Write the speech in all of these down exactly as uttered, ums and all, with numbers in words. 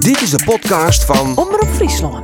Dit is de podcast van Omroep Friesland.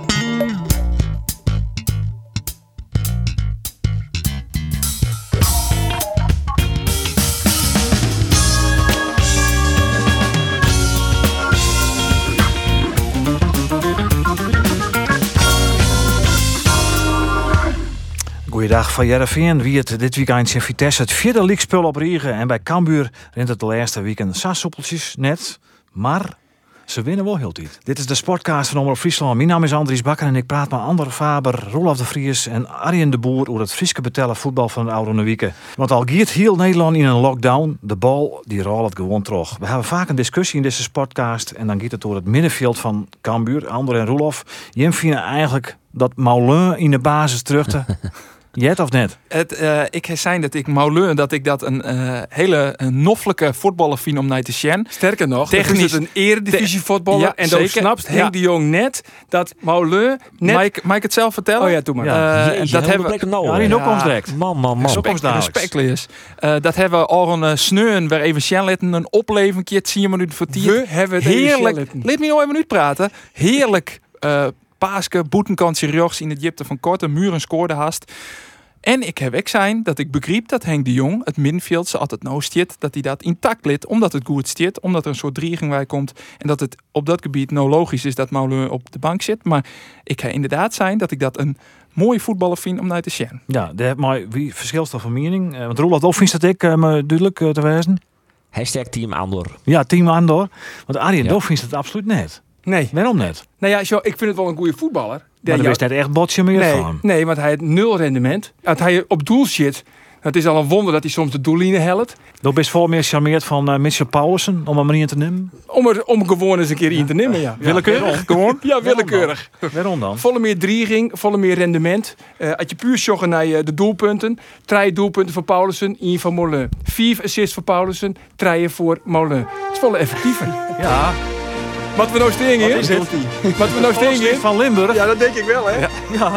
Goeiedag van Heerenveen. Wie het dit weekend in Vitesse het vierde leaguespul op Riegen. En bij Cambuur rent het de laatste weekend sasoepeltjes net. Maar ze winnen wel heel tijd. Dit is de Sportcast van Omroep Friesland. Mijn naam is Andries Bakker en ik praat met Ander Faber, Roelof de Vries en Arjen de Boer over het Frieske betellen voetbal van de oude weken. Want al gaat heel Nederland in een lockdown, de bal die rolt gewoon terug. We hebben vaak een discussie in deze Sportcast en dan gaat het door het middenveld van Cambuur, Ander en Roelof. Jim vinden eigenlijk dat Moulin in de basis terug te... Jet of net? Het, uh, ik zei dat ik Moulin, dat ik dat een uh, hele een noffelijke voetballer vind om naar te zien. Sterker nog, technisch is het een eredivisie voetballer. Ja, en dan zeker. snapt Henk Ja. de Jong net dat Moulin net... Mag ik, mag ik het zelf vertellen? Oh ja, doe maar. Ja. Uh, Jeetje, dat heel hebben we. betekent nou, Ja, die hè? ook ons direct. Man, man, man. Respect. Respectlees. Uh, dat hebben we al een uh, sneun waar even Sjen letten een oplevingje tien minuten voor tien. We hebben het Heerlijk. even Laat me nog even uitpraten. Heerlijk. Uh, Paaske, boetenkantje rechts in het Jipte van Korte, Muren scoorde haast. En ik heb ook zijn dat ik begreep dat Henk de Jong het middenveld ze altijd nou stiert, dat hij dat intact liet, omdat het goed stiert, omdat er een soort dreiging bij komt en dat het op dat gebied nou logisch is dat Moulin op de bank zit. Maar ik ga inderdaad zijn dat ik dat een mooie voetballer vind om naar te zien. Ja, daar heb maar wie verschilt van mening. Uh, want Roelof, of vindt dat ik uh, me duidelijk uh, te wijzen? Hashtag Team Andor. Ja, team Andor. Want Arjen Ja. Dof vindt het absoluut net. Nee. Waarom net? Nou ja, zo, ik vind het wel een goede voetballer. Maar er Ja, is net echt botje meer nee, van. nee, want hij heeft nul rendement. Als hij op doel zit, het is al een wonder dat hij soms de doellijnen helpt. Dat is veel meer charmeerd van uh, Mitchell Paulussen, om een manier te nemen. Om er om gewoon eens een keer in te nemen, ja. Willekeurig? Gewoon? Ja, willekeurig. Waarom dan? Volle meer dreiging, volle meer rendement. Uh, als je puur joggen naar uh, de doelpunten. Drie doelpunten voor Paulussen, één van Moulin. Vier assists voor Paulussen, drie voor Moulin. Het is volle effectiever. Ja, Wat we nou steen in? Wat is dit? Wat we nou steen in? van Limburg. Ja, dat denk ik wel, hè? Ja.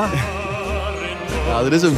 Ja, dat is hem.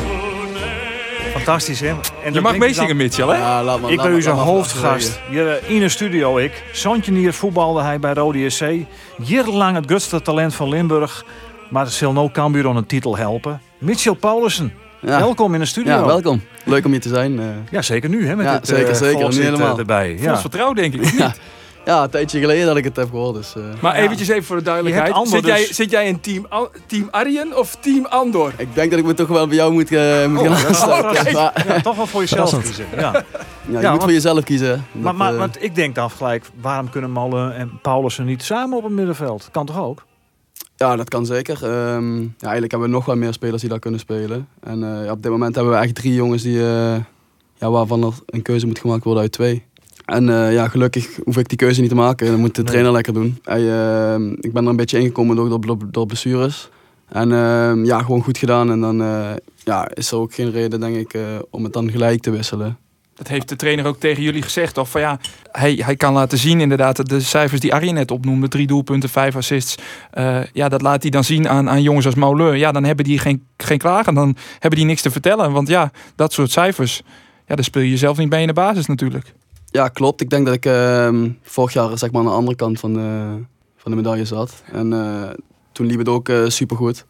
Fantastisch, hè? En Je dan mag denk ik meezingen, dan- Mitchell, hè? Ja, laat maar. Ik laat ben maar- uw laat maar hoofdgast. Hier uh, in de studio ik. Sontjenier voetbalde hij bij Rode S C. Jarenlang het grootste talent van Limburg. Maar zal no Cambuur aan een titel helpen. Mitchell Paulussen, Ja. welkom in de studio. Ja, welkom. Leuk om hier te zijn. eh. Ja, zeker nu, hè? Met Ja, het zeker, uh, zeker. volzit, Nu helemaal. uh, erbij. Vol Ja. vertrouwen, denk ik. ja. ja, een tijdje geleden dat ik het heb gehoord. Dus, eh. Maar eventjes even voor de Je duidelijkheid. hebt Andor Zit, jij, dus- zit jij in team, Al- team Arjen of team Andor? Ik denk dat ik me toch wel bij jou moet, uh, moet gaan aansluiten. oké. Maar, Ja, toch wel voor jezelf Verrassend. kiezen. Ja. ja, je Ja, moet want- voor jezelf kiezen. hè. Maar, Dat, maar eh, want ik denk dan gelijk, waarom kunnen Molen en Paulussen niet samen op het middenveld? Kan toch ook? ja, dat kan zeker. Ehm, ja, eigenlijk hebben we nog wel meer spelers die daar kunnen spelen. En eh, ja, op dit moment hebben we echt drie jongens die, eh, ja, waarvan er een keuze moet gemaakt worden uit twee. En eh, ja, gelukkig hoef ik die keuze niet te maken. Dat moet de Nee. trainer lekker doen. Hij, eh, ik ben er een beetje ingekomen door, door, door blessures. En eh, ja, gewoon goed gedaan. En dan eh, ja, is er ook geen reden, denk ik, eh, om het dan gelijk te wisselen. Dat heeft de trainer ook tegen jullie gezegd. Of van ja, hij, hij kan laten zien inderdaad de cijfers die Arjen net opnoemde. Drie doelpunten, vijf assists. Uh, ja, dat laat hij dan zien aan, aan jongens als Moulin. Ja, dan hebben die geen, geen klagen. Dan hebben die niks te vertellen. Want ja, dat soort cijfers. Ja, daar speel je zelf niet bij in de basis natuurlijk. Ja, klopt. Ik denk dat ik eh, vorig jaar zeg maar, aan de andere kant van de, van de medaille zat. En uh, toen liep het ook uh, supergoed.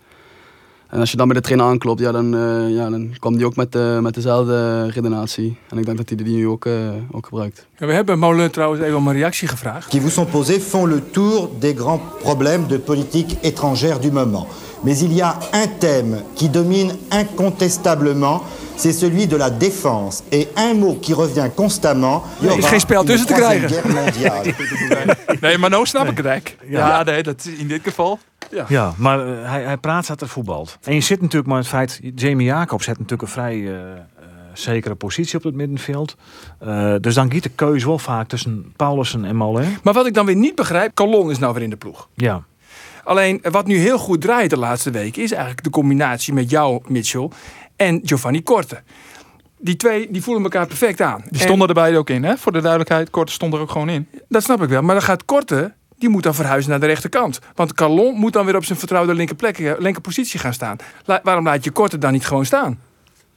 En als je dan bij de trainer aanklopt, ja, dan, uh, ja, dan kwam die ook met, uh, met dezelfde redenatie. En ik denk dat hij die nu ook, uh, ook gebruikt. Ja, we hebben Moulin trouwens even om een reactie gevraagd. qui vous sont posés font le tour des grands problèmes de politique étrangère du moment. Mais il y a un thème qui domine incontestablement, c'est celui de la défense. Et un mot qui revient constamment, il y Er is aura geen spel une tussen te troisième krijgen. guerre mondiale. Nee, maar nou snap ik het eigenlijk. Ja. Ja, nee, dat in dit geval. Ja, maar uh, hij, hij praat dat er voetbalt. En je zit natuurlijk maar het feit, Jamie Jacobs heeft natuurlijk een vrij uh, uh, zekere positie op het middenveld. Uh, dus dan giet de keuze wel vaak tussen Paulussen en Moulin. Maar wat ik dan weer niet begrijp, Calon is nou weer in de ploeg. Ja. Alleen wat nu heel goed draait de laatste weken is eigenlijk de combinatie met jou, Mitchell, en Giovanni Korte. Die twee die voelen elkaar perfect aan. Die stonden er beide ook in, hè? Voor de duidelijkheid. Korte stond er ook gewoon in. En dat snap ik wel. Maar dan gaat Korte, die moet dan verhuizen naar de rechterkant. Want Calon moet dan weer op zijn vertrouwde linkerplek, linkerpositie gaan staan. La- waarom laat je Korte dan niet gewoon staan?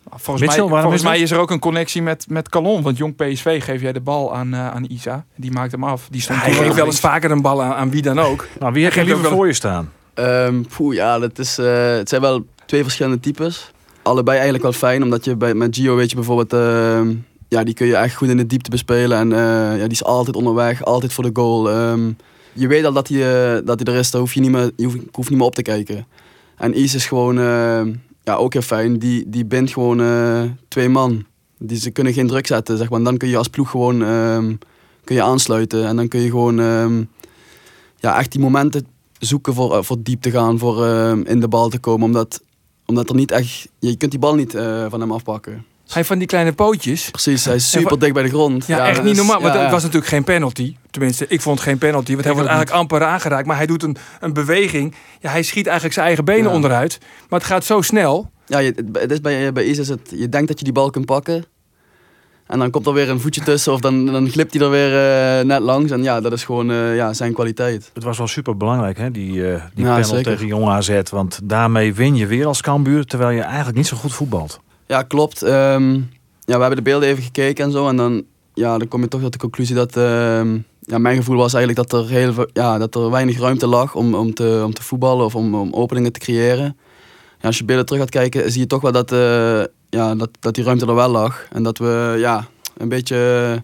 Volgens, Mitchell, mij, waarom volgens is mij dat? is er ook een connectie met, met Calon. Want jong P S V geef jij de bal aan, uh, aan Isa. Die maakt hem af. Die stond Hij toen geeft ook wel niet. eens vaker een bal aan, aan wie dan ook. Nou, wie heb je Hij geeft liever ook wel- voor je staan? Um, poeh, ja, dat is, uh, het zijn wel twee verschillende types. Allebei eigenlijk wel fijn, omdat je bij, met Gio weet je bijvoorbeeld... Uh, ja, die kun je echt goed in de diepte bespelen. En uh, ja, die is altijd onderweg, altijd voor de goal. Um, je weet al dat hij, uh, dat hij er is, daar hoef je, niet meer, je hoeft, hoeft niet meer op te kijken. En Is is gewoon uh, ja, ook heel fijn. Die, die bindt gewoon uh, twee man. Die, ze kunnen geen druk zetten, zeg maar. En dan kun je als ploeg gewoon um, kun je aansluiten. En dan kun je gewoon um, ja, echt die momenten zoeken voor, uh, voor diep te gaan, voor uh, in de bal te komen. Omdat, omdat er niet echt... Je kunt die bal niet uh, van hem afpakken. Hij van die kleine pootjes. Precies, hij is super dicht bij de grond. Ja, ja echt dat niet is- normaal. Want ja, het ja. was natuurlijk geen penalty. Tenminste, ik vond het geen penalty. Want hij wordt eigenlijk amper aangeraakt. Maar hij doet een, een beweging. Ja, hij schiet eigenlijk zijn eigen benen Ja. onderuit. Maar het gaat zo snel. Ja, je, het is bij, bij Is is het, je denkt dat je die bal kunt pakken. En dan komt er weer een voetje tussen of dan, dan glipt hij er weer uh, net langs. En ja, dat is gewoon uh, ja, zijn kwaliteit. Het was wel super belangrijk, hè, die, uh, die Ja, panel zeker. tegen Jong A Z. Want daarmee win je weer als Cambuur, terwijl je eigenlijk niet zo goed voetbalt. Ja, klopt. Um, ja, we hebben de beelden even gekeken en zo. En dan, ja, dan kom je toch tot de conclusie dat... Um, ja, mijn gevoel was eigenlijk dat er, heel, veel- ja, dat er weinig ruimte lag om, om, te, om te voetballen of om, om openingen te creëren. Ja, als je beelden terug gaat kijken, zie je toch wel dat, uh, ja, dat, dat die ruimte er wel lag. En dat we ja, een beetje...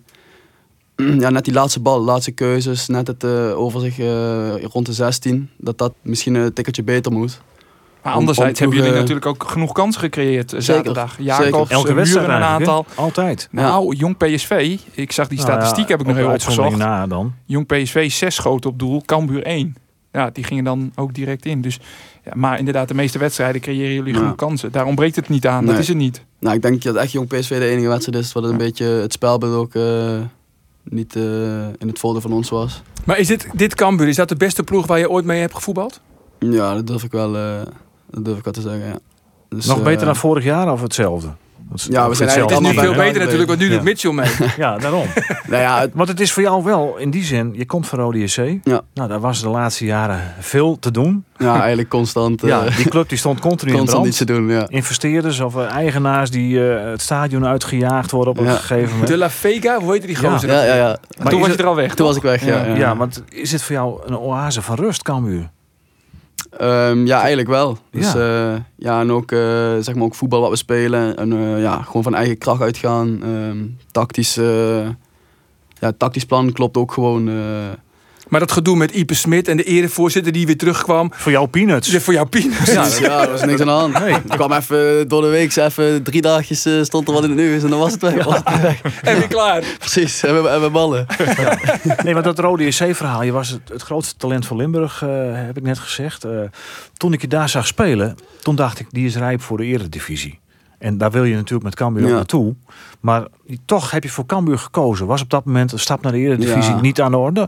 uh, ja, net die laatste bal, de laatste keuzes, net het uh, overzicht uh, rond de zestien. Dat dat misschien een tikkeltje beter moet. Maar Om- anderzijds om hebben jullie ploegen- natuurlijk ook genoeg kansen gecreëerd uh, Zeker, zaterdag. zeker. Jacobs, Elke uh, wedstrijd Muren een eigenlijk, hè? aantal. Altijd. Nou, jong P S V, ik zag die statistiek, heb ik nog heel heel opgezocht. na dan. Jong P S V zes schoten op doel, Cambuur één. Ja, die gingen dan ook direct in. Dus, ja, maar inderdaad, de meeste wedstrijden creëren jullie Ja. genoeg kansen. Daar ontbreekt het niet aan, dat Nee. is het niet. Nou, ik denk dat echt Jong P S V de enige wedstrijd is wat een beetje het spelbeeld ook uh, niet uh, in het voordeel van ons was. Maar is dit, dit Cambuur, is dat de beste ploeg waar je ooit mee hebt gevoetbald? Ja, dat durf ik wel, uh, dat durf ik wel te zeggen, ja. Dus, Nog uh, beter dan vorig jaar of hetzelfde? Dat Ja, we zijn Het is allemaal nu bij veel elkaar beter natuurlijk, want nu Ja. doet Mitchell mee. Ja, daarom. Nou ja, het- Want het is voor jou wel, in die zin, je komt van Rode J C. Ja. Nou, daar was de laatste jaren veel te doen. ja, eigenlijk constant, uh, Ja, die club die stond continu in constant iets brand. te doen, ja. Investeerders of uh, eigenaars die uh, het stadion uitgejaagd worden op een Ja. gegeven moment. De La Vega, hoe heet die Ja. gozer? Ja, ja, ja. Maar toen is was je het- er al weg, Toen was ik weg, ja. Ja. ja. Ja, want is het voor jou een oase van rust, Cambuur? Um, ja, eigenlijk wel. Dus Ja. ja, ja en ook, uh, zeg maar ook voetbal wat we spelen. En uh, ja, gewoon van eigen kracht uitgaan. Um, tactisch, uh, ja, tactisch plan klopt ook gewoon. Uh, Maar dat gedoe met Ipe Smit en de erevoorzitter die weer terugkwam. Voor jou peanuts. Ja, voor jou Pienus. ja, dus ja, er was niks aan de hand. Nee. Ik kwam even door de week, even drie dagjes uh, stond er wat in het nieuws en dan was het weg. Was het weg. En weer klaar. Precies, en we, en we ballen. Nee, maar dat Rode J C-verhaal, je was het, het grootste talent van Limburg, uh, heb ik net gezegd. Uh, toen ik je daar zag spelen, toen dacht ik, die is rijp voor de eredivisie. En daar wil je natuurlijk met Cambuur Ja. ook naartoe. Maar toch heb je voor Cambuur gekozen. Was op dat moment een stap naar de eredivisie Ja. niet aan de orde?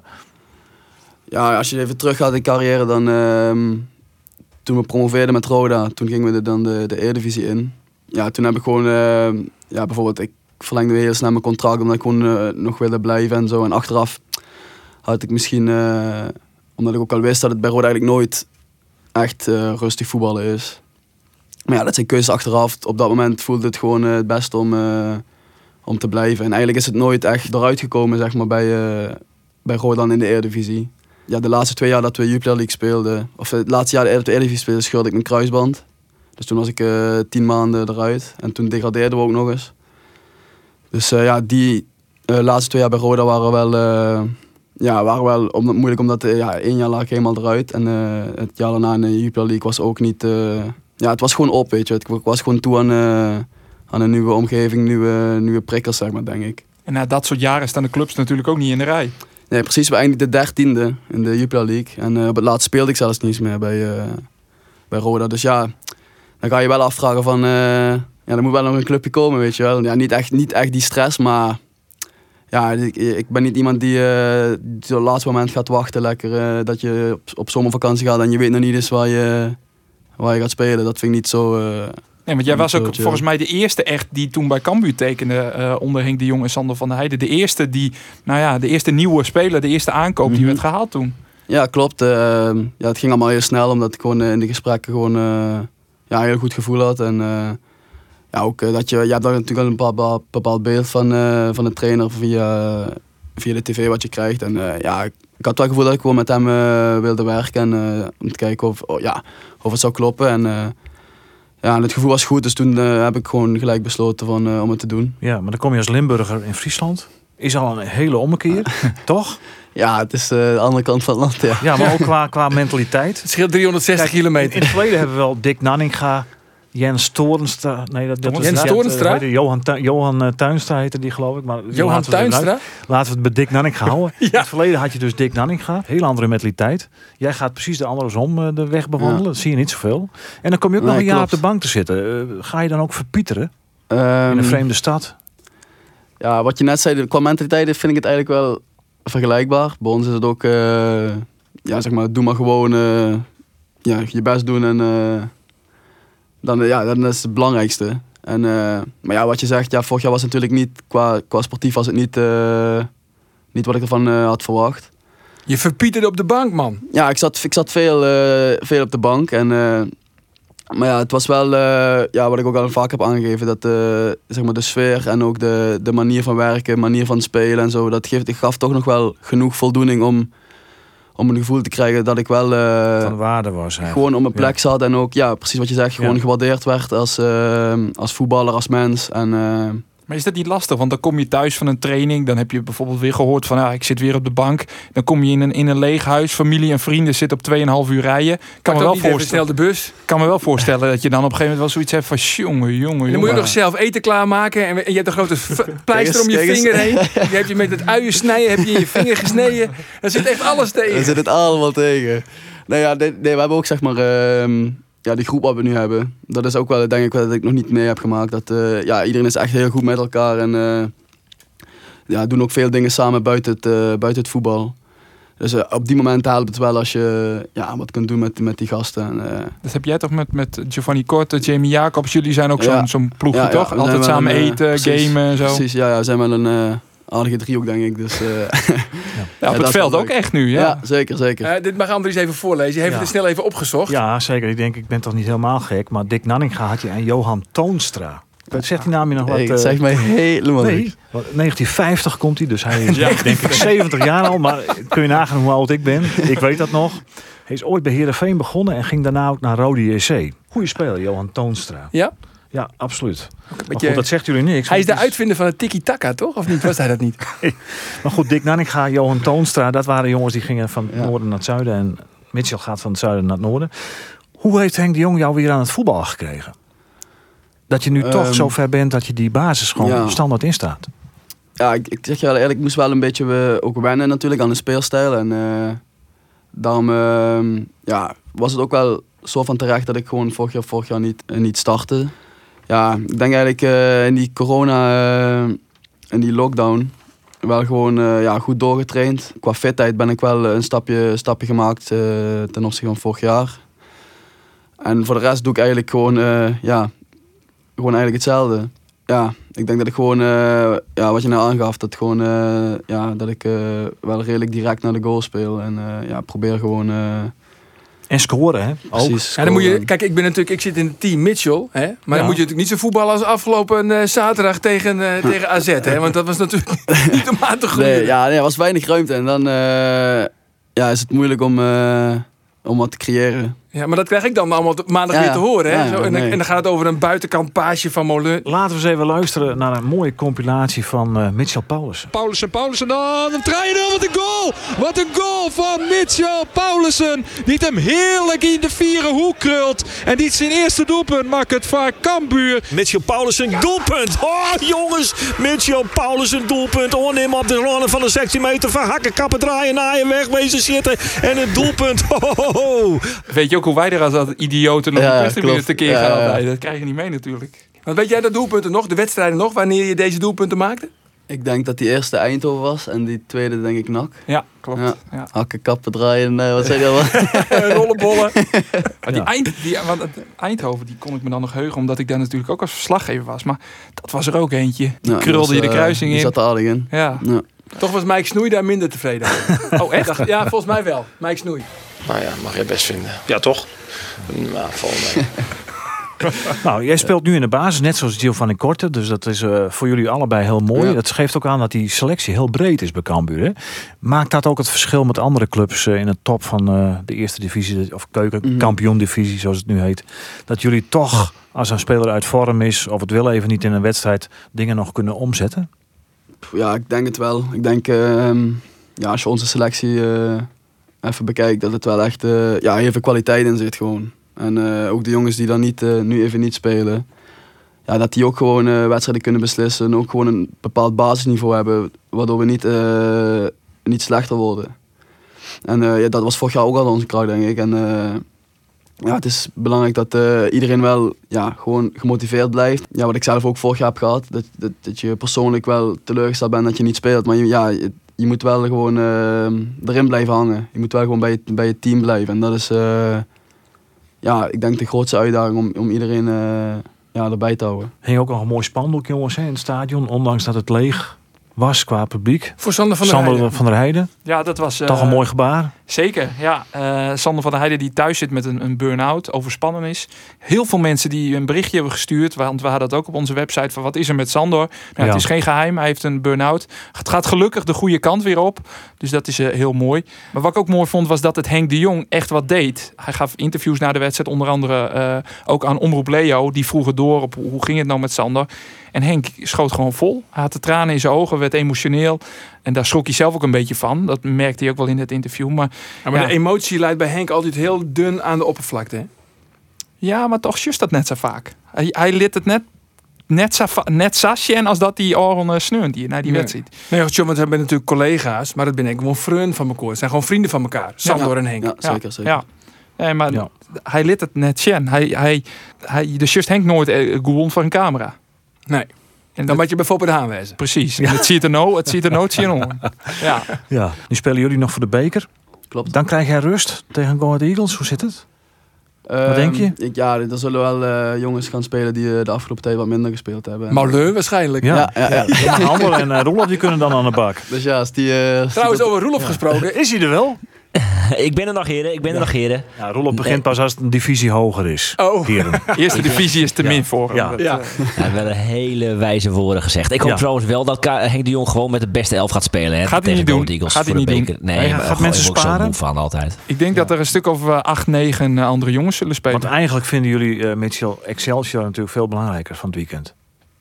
Ja, als je even teruggaat in de carrière, dan uh, toen we promoveerden met Roda, toen gingen we de, dan de, de Eredivisie in. Ja, toen heb ik gewoon, uh, ja, bijvoorbeeld, ik verlengde heel snel mijn contract omdat ik gewoon uh, nog wilde blijven en zo. En achteraf had ik misschien, uh, omdat ik ook al wist dat het bij Roda eigenlijk nooit echt uh, rustig voetballen is. Maar ja, dat zijn keuzes achteraf. Op dat moment voelde het gewoon uh, het beste om, uh, om te blijven. En eigenlijk is het nooit echt eruit gekomen, zeg maar, bij, uh, bij Roda in de Eredivisie. Ja, de laatste twee jaar dat we Jupiler League speelden, of het laatste jaar dat we Eredivisie speelden, scheurde ik mijn kruisband. Dus toen was ik uh, tien maanden eruit en toen degradeerden we ook nog eens. Dus uh, ja, die uh, laatste twee jaar bij Roda waren wel, uh, ja, waren wel om, moeilijk, omdat uh, ja, één jaar lag ik helemaal eruit. En uh, het jaar daarna in de Jupiler League was ook niet... Uh, ja, het was gewoon op, weet je. Ik was gewoon toe aan, uh, aan een nieuwe omgeving, nieuwe, nieuwe prikkels, zeg maar, denk ik. En na dat soort jaren staan de clubs natuurlijk ook niet in de rij. Nee, precies. We eindigden de dertiende in de Jupiler League. En uh, op het laatst speelde ik zelfs niet eens meer bij, uh, bij Roda. Dus ja, dan ga je wel afvragen van... Uh, ja, er moet wel nog een clubje komen, weet je wel. Ja, niet echt, niet echt die stress, maar... Ja, ik, ik ben niet iemand die, uh, die op het laatste moment gaat wachten. Lekker uh, dat je op, op zomervakantie gaat en je weet nog niet eens waar je, waar je gaat spelen. Dat vind ik niet zo... Uh, Nee, want jij was ook Niet zo, volgens mij de eerste echt die toen bij Cambuur tekende uh, onder Henk de Jong en Sander van der Heijden. De eerste die, nou ja, de eerste nieuwe speler, de eerste aankoop die Mhm. werd gehaald toen. Ja, klopt. Uh, ja, het ging allemaal heel snel, omdat ik gewoon uh, in de gesprekken gewoon uh, ja, een heel goed gevoel had. En uh, ja, ook uh, dat je, je hebt dan natuurlijk al een bepaald, bepaald beeld van, uh, van de trainer via, via de tv wat je krijgt. En uh, ja, ik had wel het gevoel dat ik gewoon met hem uh, wilde werken en uh, om te kijken of, oh, ja, of het zou kloppen. En, uh, ja, en het gevoel was goed, dus toen uh, heb ik gewoon gelijk besloten van, uh, om het te doen. Ja, maar dan kom je als Limburger in Friesland. Is al een hele ommekeer, toch? Ja, het is uh, de andere kant van het land, ja. Ja, maar ook qua, qua mentaliteit. Het scheelt driehonderdzestig Kijk, kilometer. In het verleden hebben we wel Dick Nanninga, Jens Toornstra. Nee, dat, dat Jens is, Toornstra? Ja, Johan, Tu- Johan uh, Tuinstra heette die, geloof ik. Maar Johan laten we het Tuinstra? eruit- Laten we het bij Dick Nanninga houden. Ja. In het verleden had je dus Dick Nanninga. Heel andere mentaliteit. Jij gaat precies de andersom uh, de weg bewandelen. Ja. Dat zie je niet zoveel. En dan kom je ook Nee, nog een jaar klopt. op de bank te zitten. Uh, ga je dan ook verpieteren in Um, een vreemde stad? Ja, wat je net zei, qua mentaliteit vind ik het eigenlijk wel vergelijkbaar. Bij ons is het ook, uh, ja, zeg maar, doe maar gewoon uh, ja, je best doen en uh, dan, uh, ja, dan is het belangrijkste. En, uh, maar ja, wat je zegt, ja, vorig jaar was het natuurlijk niet, qua, qua sportief was het niet, uh, niet wat ik ervan uh, had verwacht. Je verpieterde op de bank, man. Ja, ik zat, ik zat veel, uh, veel op de bank en... Uh, Maar ja, het was wel, uh, ja, wat ik ook al vaak heb aangegeven, dat uh, zeg maar de sfeer en ook de, de manier van werken, manier van spelen en zo, dat geeft, ik gaf toch nog wel genoeg voldoening om, om een gevoel te krijgen dat ik wel uh, Van waarde was eigenlijk. gewoon op mijn plek Ja. zat en ook, ja, precies wat je zegt, gewoon Ja. gewaardeerd werd als, uh, als voetballer, als mens. En, uh, Maar is dat niet lastig? Want dan kom je thuis van een training. Dan heb je bijvoorbeeld weer gehoord van... Ah, ik zit weer op de bank. Dan kom je in een, in een leeg huis. Familie en vrienden zitten op tweeënhalf uur rijden. Kan me, wel snel voorstellen, de bus. kan me wel voorstellen dat je dan op een gegeven moment wel zoiets hebt van... Jongen, jongen, En dan moet je jongen. nog zelf eten klaarmaken. En je hebt een grote v- pleister om je Kijk eens, vinger heen. Je hebt je met het uien snijden, heb je in je vinger gesneden. Er zit echt alles daar tegen. zit het allemaal tegen. Nee, ja, nee, nee, we hebben ook zeg maar... Uh, ja, die groep wat we nu hebben, dat is ook wel, denk ik, wel dat ik nog niet mee heb gemaakt. Dat, uh, ja, iedereen is echt heel goed met elkaar en uh, ja, doen ook veel dingen samen buiten het, uh, buiten het voetbal. Dus uh, op die momenten helpt het wel als je ja, wat kunt doen met, met die gasten. En, uh, Dat heb jij toch met, met Giovanni Korte, Jamie Jacobs. Jullie zijn ook Ja. zo'n zo'n ploegje, Ja, ja, toch? we Altijd zijn wel samen een, uh, eten, precies, gamen en zo. Precies, ja, ja, we zijn wel een uh, aardige driehoek, denk ik. Dus, uh, Ja, op Ja, dat het is veld wel ook leuk. echt nu, ja. ja. zeker, zeker. Uh, dit mag Andries even voorlezen. Je heeft Ja. het snel even opgezocht. Ja, zeker. Ik denk, ik ben toch niet helemaal gek. Maar Dick Nanninga had je en Johan Toonstra. Zegt die naam je nog wat? Hey, het uh, zegt mij helemaal Nee, niks. wat- negentien vijftig komt hij, dus hij is denk ik zeventig jaar al. Maar kun je nagaan hoe oud ik ben? Ik weet dat nog. Hij is ooit bij Heerenveen begonnen en ging daarna ook naar Rode J C. Goeie speler, Johan Toonstra. Ja? Ja, absoluut. Maar Beetje- goed, dat zegt jullie niks. Hij is de want het uitvinder van het tiki-taka, toch? Of niet? Was hij dat niet? Maar goed, Dick Nanninga, Johan Toonstra, dat waren jongens die gingen van het Ja. noorden naar het zuiden. En Mitchell gaat van het zuiden naar het noorden. Hoe heeft Henk de Jong jou weer aan het voetbal gekregen? Dat je nu toch Ehm, zo ver bent dat je die basis gewoon ja. standaard instaat. Ja, ik, ik zeg je wel eerlijk, ik moest wel een beetje uh, ook wennen natuurlijk aan de speelstijl. En uh, daarom uh, ja, was het ook wel zo van terecht dat ik gewoon vorig jaar, vorig jaar niet, uh, niet startte. Ja, ik denk eigenlijk uh, in die corona, uh, in die lockdown, wel gewoon uh, ja, goed doorgetraind. Qua fitheid ben ik wel een stapje, stapje gemaakt uh, ten opzichte van vorig jaar. En voor de rest doe ik eigenlijk gewoon, uh, ja, gewoon eigenlijk hetzelfde. Ja, ik denk dat ik gewoon, uh, ja, wat je nou aangaf, dat, gewoon, uh, ja, dat ik uh, wel redelijk direct naar de goal speel. En uh, ja, probeer gewoon... Uh, En scoren, hè? Ook. precies Ja, dan moet je, scoren. kijk, ik ben natuurlijk, ik zit in het team Mitchell, hè? Maar Ja. dan moet je natuurlijk niet zo voetballen als afgelopen uh, zaterdag tegen, uh, tegen A Z, hè? Want dat was natuurlijk niet om aan te groeien. Nee, ja, nee, er was weinig ruimte. En dan uh, ja, is het moeilijk om, uh, om wat te creëren. Ja, maar dat krijg ik dan allemaal t- maandag Ja, weer te horen, hè? ja, Zo, en, dan- nee. en dan gaat het over een buitenkant paasje van Molen. Laten we eens even luisteren naar een mooie compilatie van uh, Mitchell Paulussen. Paulussen, Paulussen, dan een trainer, wat een goal! Wat een goal van Mitchell Paulussen. Die het hem heerlijk in de vierde hoek krult. En die zijn eerste doelpunt maakt het voor Cambuur. Mitchell Paulussen, doelpunt. Oh jongens, Mitchell Paulussen, doelpunt. Onneem op de ronde van de zestien meter. Van hakken, kappen, draaien, naaien, wegwezen, zitten. En het doelpunt. Ho, ho, ho. Weet je ook hoe wij er als dat idioten op Ja, de perstribune klopt. tekeer Ja, gaan? ja. altijd? Dat krijg je niet mee natuurlijk. Want weet jij dat doelpunten nog, de wedstrijden nog, wanneer je deze doelpunten maakte? Ik denk dat die eerste Eindhoven was en die tweede denk ik N A C. Ja, klopt. Ja. Ja. Hakken, kappen, draaien, uh, wat zei je al? Rollenbollen. Maar die, Eind, die want het Eindhoven die kon ik me dan nog heugen, omdat ik daar natuurlijk ook als verslaggever was. Maar dat was er ook eentje. Die Ja, krulde was, je de uh, kruising Die in. zat er aardig in. Ja. Ja. Toch was Mike Snoei daar minder tevreden over. Oh, echt? Dacht- Ja, volgens mij wel. Mike Snoei. Nou ja, mag je best vinden. Ja, toch? Nou, volgens mij. Nou, jij speelt nu in de basis, net zoals Giovanni Korte. Dus dat is uh, voor jullie allebei heel mooi. Ja. Dat geeft ook aan dat die selectie heel breed is bij Cambuur. Hè? Maakt dat ook het verschil met andere clubs uh, in de top van uh, de eerste divisie... of keukenkampioen-divisie, zoals het nu heet. Dat jullie toch, als een speler uit vorm is... of het wil even niet in een wedstrijd... dingen nog kunnen omzetten? Ja, ik denk het wel. Ik denk, uh, ja, als je onze selectie uh, even bekijkt... dat het wel echt uh, ja, heel veel kwaliteit in zit gewoon. En uh, ook de jongens die dan niet, uh, nu even niet spelen... Ja, dat die ook gewoon uh, wedstrijden kunnen beslissen... en ook gewoon een bepaald basisniveau hebben... waardoor we niet, uh, niet slechter worden. En uh, ja, dat was vorig jaar ook al onze kracht, denk ik. En uh, ja, het is belangrijk dat uh, iedereen wel ja, gewoon gemotiveerd blijft. Ja, wat ik zelf ook vorig jaar heb gehad... dat, dat, dat je persoonlijk wel teleurgesteld bent dat je niet speelt... maar je, ja, je, je moet wel gewoon uh, erin blijven hangen. Je moet wel gewoon bij je, bij je team blijven. En dat is... Uh, ja, ik denk de grootste uitdaging om, om iedereen uh, ja, erbij te houden. Hing ook nog een mooi spandoek, jongens, hè, in het stadion. Ondanks dat het leeg was qua publiek. Voor Sander van der Sander Heijden. van der Heijden. Ja, dat was... Toch uh, een mooi gebaar. Zeker, ja. Uh, Sander van der Heijden die thuis zit met een, een burn-out, overspannen is. Heel veel mensen die een berichtje hebben gestuurd, want we hadden dat ook op onze website, van wat is er met Sander? Nou, Ja. Het is geen geheim, hij heeft een burn-out. Het gaat gelukkig de goede kant weer op, dus dat is uh, heel mooi. Maar wat ik ook mooi vond, was dat het Henk de Jong echt wat deed. Hij gaf interviews na de wedstrijd, onder andere uh, ook aan Omroep Leo. Die vroegen door op hoe ging het nou met Sander. En Henk schoot gewoon vol. Hij had de tranen in zijn ogen, werd emotioneel. En daar schrok hij zelf ook een beetje van. Dat merkte hij ook wel in het interview. Maar, Ja, maar ja. de emotie lijkt bij Henk altijd heel dun aan de oppervlakte. Hè? ja, maar toch just dat net zo vaak. Hij, hij liet het net, net, zo, va- net sasje en als dat die oren uh, sneunt die, naar die Nee. wedstrijd. Nee, want we hebben natuurlijk collega's, maar dat ben ik gewoon vrienden van elkaar. Het zijn gewoon vrienden van elkaar. Sander en Henk. Ja, zeker, zeker. Ja. Nee, maar Ja. hij liet het net zien. Hij, hij, hij, de just Henk nooit uh, gewoon voor een camera. Nee. En Dan dat, moet je bijvoorbeeld de Haan wezen. precies. En het ziet er nou, het ziet er nooit zien om. Ja. Ja. Nu spelen jullie nog voor de beker. Klopt. Dan krijg jij rust tegen Go Ahead Eagles. Hoe zit het? Ehm, denk je? Ik, ja, er zullen wel uh, jongens gaan spelen die uh, de afgelopen tijd wat minder gespeeld hebben. En, Mauleu waarschijnlijk. Ja. Ja, ja, ja. Ja. Handel en uh, Roelof die kunnen dan aan de bak. Dus ja, als die... Uh, als Trouwens, die over Roelof gesproken. Is hij er wel? Ik ben er nog, heren. Ik ben er nog, heren. Ja, Roelof begint pas als het een divisie hoger is. Oh. Heren. Eerste divisie is te min voor hem. Ja. Dat, Ja. uh, Hij heeft wel een hele wijze woorden gezegd. Ik hoop Ja. trouwens wel dat Ka- Henk de Jong gewoon met de beste elf gaat spelen. Hè, Gaat hij tegen niet Go doen. Ahead Eagles Gaat voor hij de niet beker. doen. Nee, Hij maar gaat gewoon, mensen ik ben ook zo sparen? moe van altijd. Ik denk dat er een stuk of uh, acht, negen uh, andere jongens zullen spelen. Want eigenlijk vinden jullie uh, Mitchell Excelsior natuurlijk veel belangrijker van het weekend.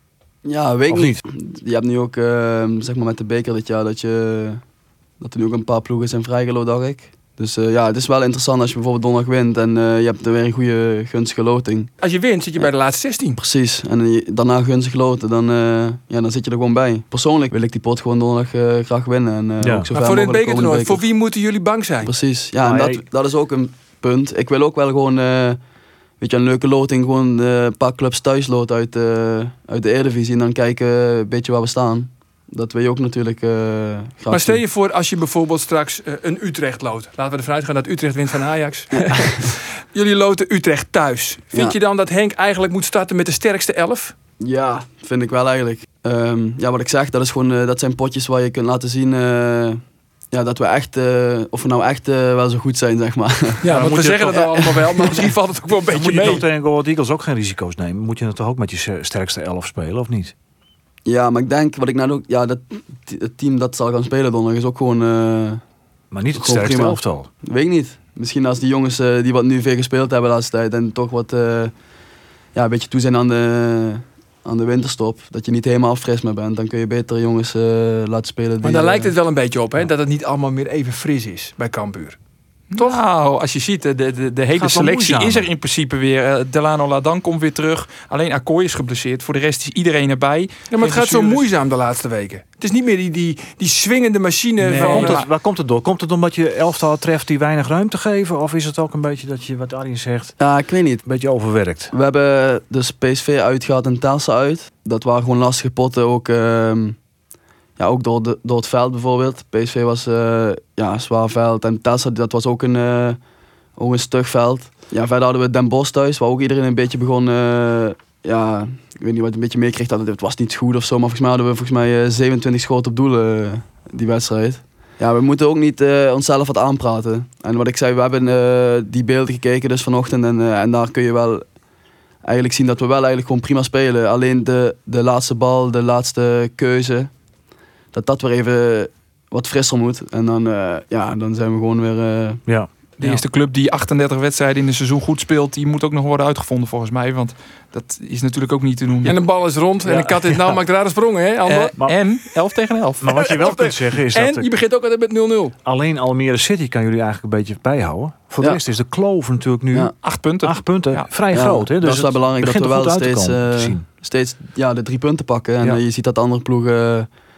Ja, weet ik Of niet. Je hebt nu ook, uh, zeg maar met de beker dit jaar, dat, je, dat er nu ook een paar ploegen zijn vrijgeloot, dacht ik. Dus uh, ja, het is wel interessant als je bijvoorbeeld donderdag wint en uh, je hebt er weer een goede gunstige loting. Als je wint, zit je bij de laatste zestien. Precies. En je, daarna gunstig loten, dan, uh, ja, dan zit je er gewoon bij. Persoonlijk wil ik die pot gewoon donderdag uh, graag winnen. En, uh, Ja. ook zo Maar ver voor dit mogelijk komen in de bekertoernooi, beker. voor wie moeten jullie bang zijn? Precies. Ja, en Maar dat, jij- dat is ook een punt. Ik wil ook wel gewoon, uh, weet je, een leuke loting. Gewoon uh, een paar clubs thuis loten uit, uh, uit de Eredivisie. En dan kijken uh, een beetje waar we staan. Dat wil je ook natuurlijk uh, graag Maar stel zien. je voor als je bijvoorbeeld straks uh, een Utrecht loodt. Laten we ervan uitgaan dat Utrecht wint van Ajax. Jullie loten Utrecht thuis. Vind Ja. je dan dat Henk eigenlijk moet starten met de sterkste elf? Ja, vind ik wel eigenlijk. Um, ja, wat ik zeg, dat, is gewoon, uh, dat zijn potjes waar je kunt laten zien... Uh, ja, dat we echt, uh, of we nou echt uh, wel zo goed zijn, zeg maar. Ja, want moet we je zeggen toch- dat allemaal wel, maar misschien valt het ook wel een Dan beetje moet je mee. toch tegen Go Ahead Eagles ook geen risico's nemen. Moet je het toch ook met je sterkste elf spelen, of niet? Ja, maar ik denk, wat ik net ook... Ja, dat, het team dat zal gaan spelen donderdag is ook gewoon... Uh, Maar niet het Gewoon sterkste prima. elftal. weet ik niet. Misschien als die jongens uh, die wat nu veel gespeeld hebben de laatste tijd... en toch wat... Uh, ja, een beetje toe zijn aan de, aan de winterstop... dat je niet helemaal fris meer bent... dan kun je beter jongens uh, laten spelen. Die, Maar daar uh, lijkt het wel een beetje op, hè, dat het niet allemaal meer even fris is bij Cambuur. Toch? Nou, als je ziet, de, de, de hele Gaat wel selectie moeizamer. is er in principe weer. Uh, Delano Ladan komt weer terug. Alleen Akkooi is geblesseerd. Voor de rest is iedereen erbij. Ja, maar het Geen gaat zo blessures. moeizaam de laatste weken. Het is niet meer die, die, die swingende machine Waar van... komt, het, waar komt het door? Komt het omdat je elftal treft die weinig ruimte geven? Of is het ook een beetje dat je, wat Arjen zegt, Ja, ik weet niet. een beetje overwerkt? We hebben dus P S V uitgehaald en Telstra uit. Dat waren gewoon lastige potten, ook, uh, ja, ook door, de, door het veld bijvoorbeeld. P S V was uh, ja, een zwaar veld en Telstra dat was ook een, uh, ook een stug veld. Ja, verder hadden we Den Bosch thuis, waar ook iedereen een beetje begon... Uh, ja, ik weet niet wat je een beetje meekreeg, dat het, het was niet goed of zo. Maar volgens mij hadden we volgens mij uh, zevenentwintig schoten op doel uh, die wedstrijd. Ja, we moeten ook niet uh, onszelf wat aanpraten. En wat ik zei, we hebben uh, die beelden gekeken dus vanochtend en, uh, en daar kun je wel eigenlijk zien dat we wel eigenlijk gewoon prima spelen. Alleen de, de laatste bal, de laatste keuze, dat dat weer even wat frisser moet. En dan, uh, ja, dan zijn we gewoon weer... Uh, ja. De eerste club die achtendertig wedstrijden in een seizoen goed speelt, die moet ook nog worden uitgevonden volgens mij. Want dat is natuurlijk ook niet te doen. En de bal is rond. Ja. En de kat dit nou ja. maakt rare sprongen, hè, Ander? Uh, en elf tegen elf. Maar wat je wel kunt zeggen is en dat... je begint ook altijd met nul nul. Alleen Almere City kan jullie eigenlijk een beetje bijhouden. Voor de ja. rest is de kloof natuurlijk nu... Ja. Acht punten. Acht punten. Ja. Vrij ja. groot. Hè? Dus dat is wel belangrijk dat we wel steeds, uh, steeds ja, de drie punten pakken. En ja. uh, je ziet dat de andere ploegen uh,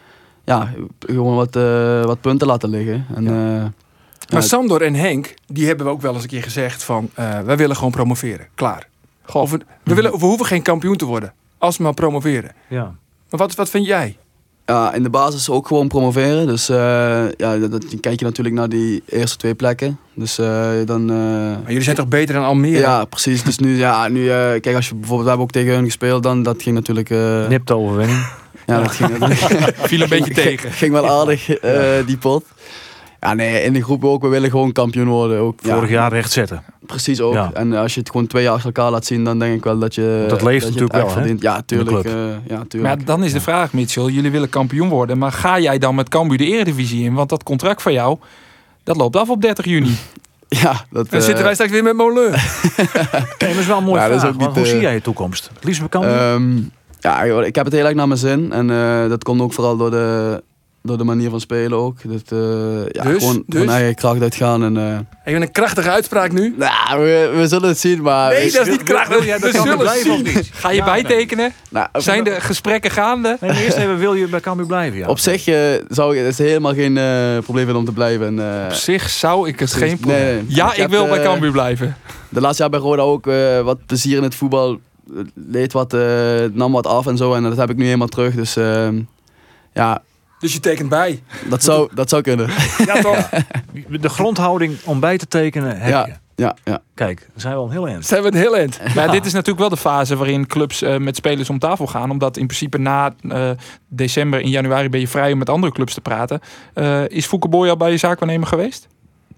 ja, gewoon wat, uh, wat punten laten liggen. En, ja. uh, Maar ja. Sandor en Henk, die hebben we ook wel eens een keer gezegd van... Uh, wij willen gewoon promoveren. Klaar. Of we, we, willen, we hoeven geen kampioen te worden. Als we maar promoveren. Ja. Maar wat, wat vind jij? Ja, in de basis ook gewoon promoveren. Dus uh, ja, dat, dat, dan kijk je natuurlijk naar die eerste twee plekken. Dus uh, dan... Uh, maar jullie zijn toch beter dan Almere? Ja, precies. Dus nu, ja, nu uh, kijk, als je bijvoorbeeld... We hebben ook tegen hun gespeeld, dan dat ging natuurlijk... Uh, Nipte overwinning. Ja, dat ging natuurlijk... Viel een beetje tegen. Ging wel aardig, uh, die pot. Ja, nee, in de groep ook. We willen gewoon kampioen worden. Ook, Vorig ja, jaar recht zetten. Precies ook. Ja. En als je het gewoon twee jaar achter elkaar laat zien, dan denk ik wel dat je... Dat leeft dat je natuurlijk wel, verdient. Ja, tuurlijk. Uh, ja, tuurlijk. Maar dan is de vraag, Mitchell. Jullie willen kampioen worden. Maar ga jij dan met Cambuur de Eredivisie in? Want dat contract van jou, dat loopt af op dertig juni. Ja, dat... Dan uh, zitten wij straks weer met Molen. Nee, dat is wel een mooie ja, vraag. Niet, hoe uh, zie jij je toekomst? Het liefst bij Cambuur? Um, ja, ik heb het heel erg naar mijn zin. En uh, dat komt ook vooral door de... Door de manier van spelen ook. Dat, uh, ja, dus, gewoon dus? van eigen kracht uitgaan. En, uh... Even een krachtige uitspraak nu. Nou, we, we zullen het zien, maar... Nee, dat is niet krachtig. Ja, we zullen het zien. Ga je ja, bijtekenen? Nou, zijn de gesprekken gaande? Nee, eerst even, wil je bij Cambuur blijven? Ja. Op zich uh, zou het is helemaal geen uh, probleem vinden om te blijven. En, uh, Op zich zou ik het precies, geen probleem... Nee, nee. Ja, ik, ik wil uh, bij Cambuur blijven. De laatste jaar bij Roda ook uh, wat plezier in het voetbal. Leed wat, uh, nam wat af en zo. En dat heb ik nu helemaal terug. Dus uh, ja... Dus je tekent bij? Dat zou, dat zou kunnen. Ja, toch? De grondhouding om bij te tekenen heb ja, je. Ja, ja. Kijk, dan zijn we al een heel eind. Zijn we een heel eind. Ja. Maar dit is natuurlijk wel de fase waarin clubs uh, met spelers om tafel gaan. Omdat in principe na uh, december, in januari ben je vrij om met andere clubs te praten. Uh, is Fouke Boy al bij je zaakwaarnemer geweest?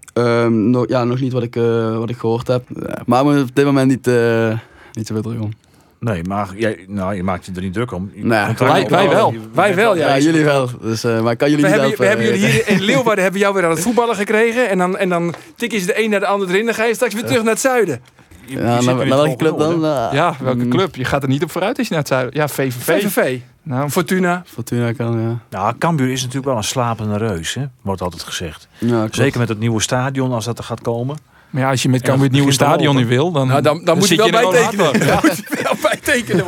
Um, no, ja, nog niet wat ik, uh, wat ik gehoord heb. Maar op dit moment niet, uh, niet zo veel druk om. Nee, maar jij, nou, je maakt je er niet druk om. Je nee, wij, wij wel. Je, wij wel, ja. Ja, jullie wel. Dus, uh, maar kan jullie we niet hebben, helpen? We hebben jullie hier in Leeuwarden hebben jou weer aan het voetballen gekregen. En dan, en dan tik je ze de een naar de ander erin. Dan ga je straks weer terug naar het zuiden. Je, je ja, naar, naar welke club dan? Uh, ja, welke club? Je gaat er niet op vooruit als je naar het zuiden... Ja, V V V. V V V. Nou, Fortuna. Fortuna kan, ja. Nou, Cambuur is natuurlijk wel een slapende reus, hè? Wordt altijd gezegd. Ja, zeker met het nieuwe stadion, als dat er gaat komen. Maar ja, als je met Cambuur het nieuwe stadion niet wil, dan, nou, dan, dan, dan moet je wel bijtekenen. Ja. moet je wel bijtekenen.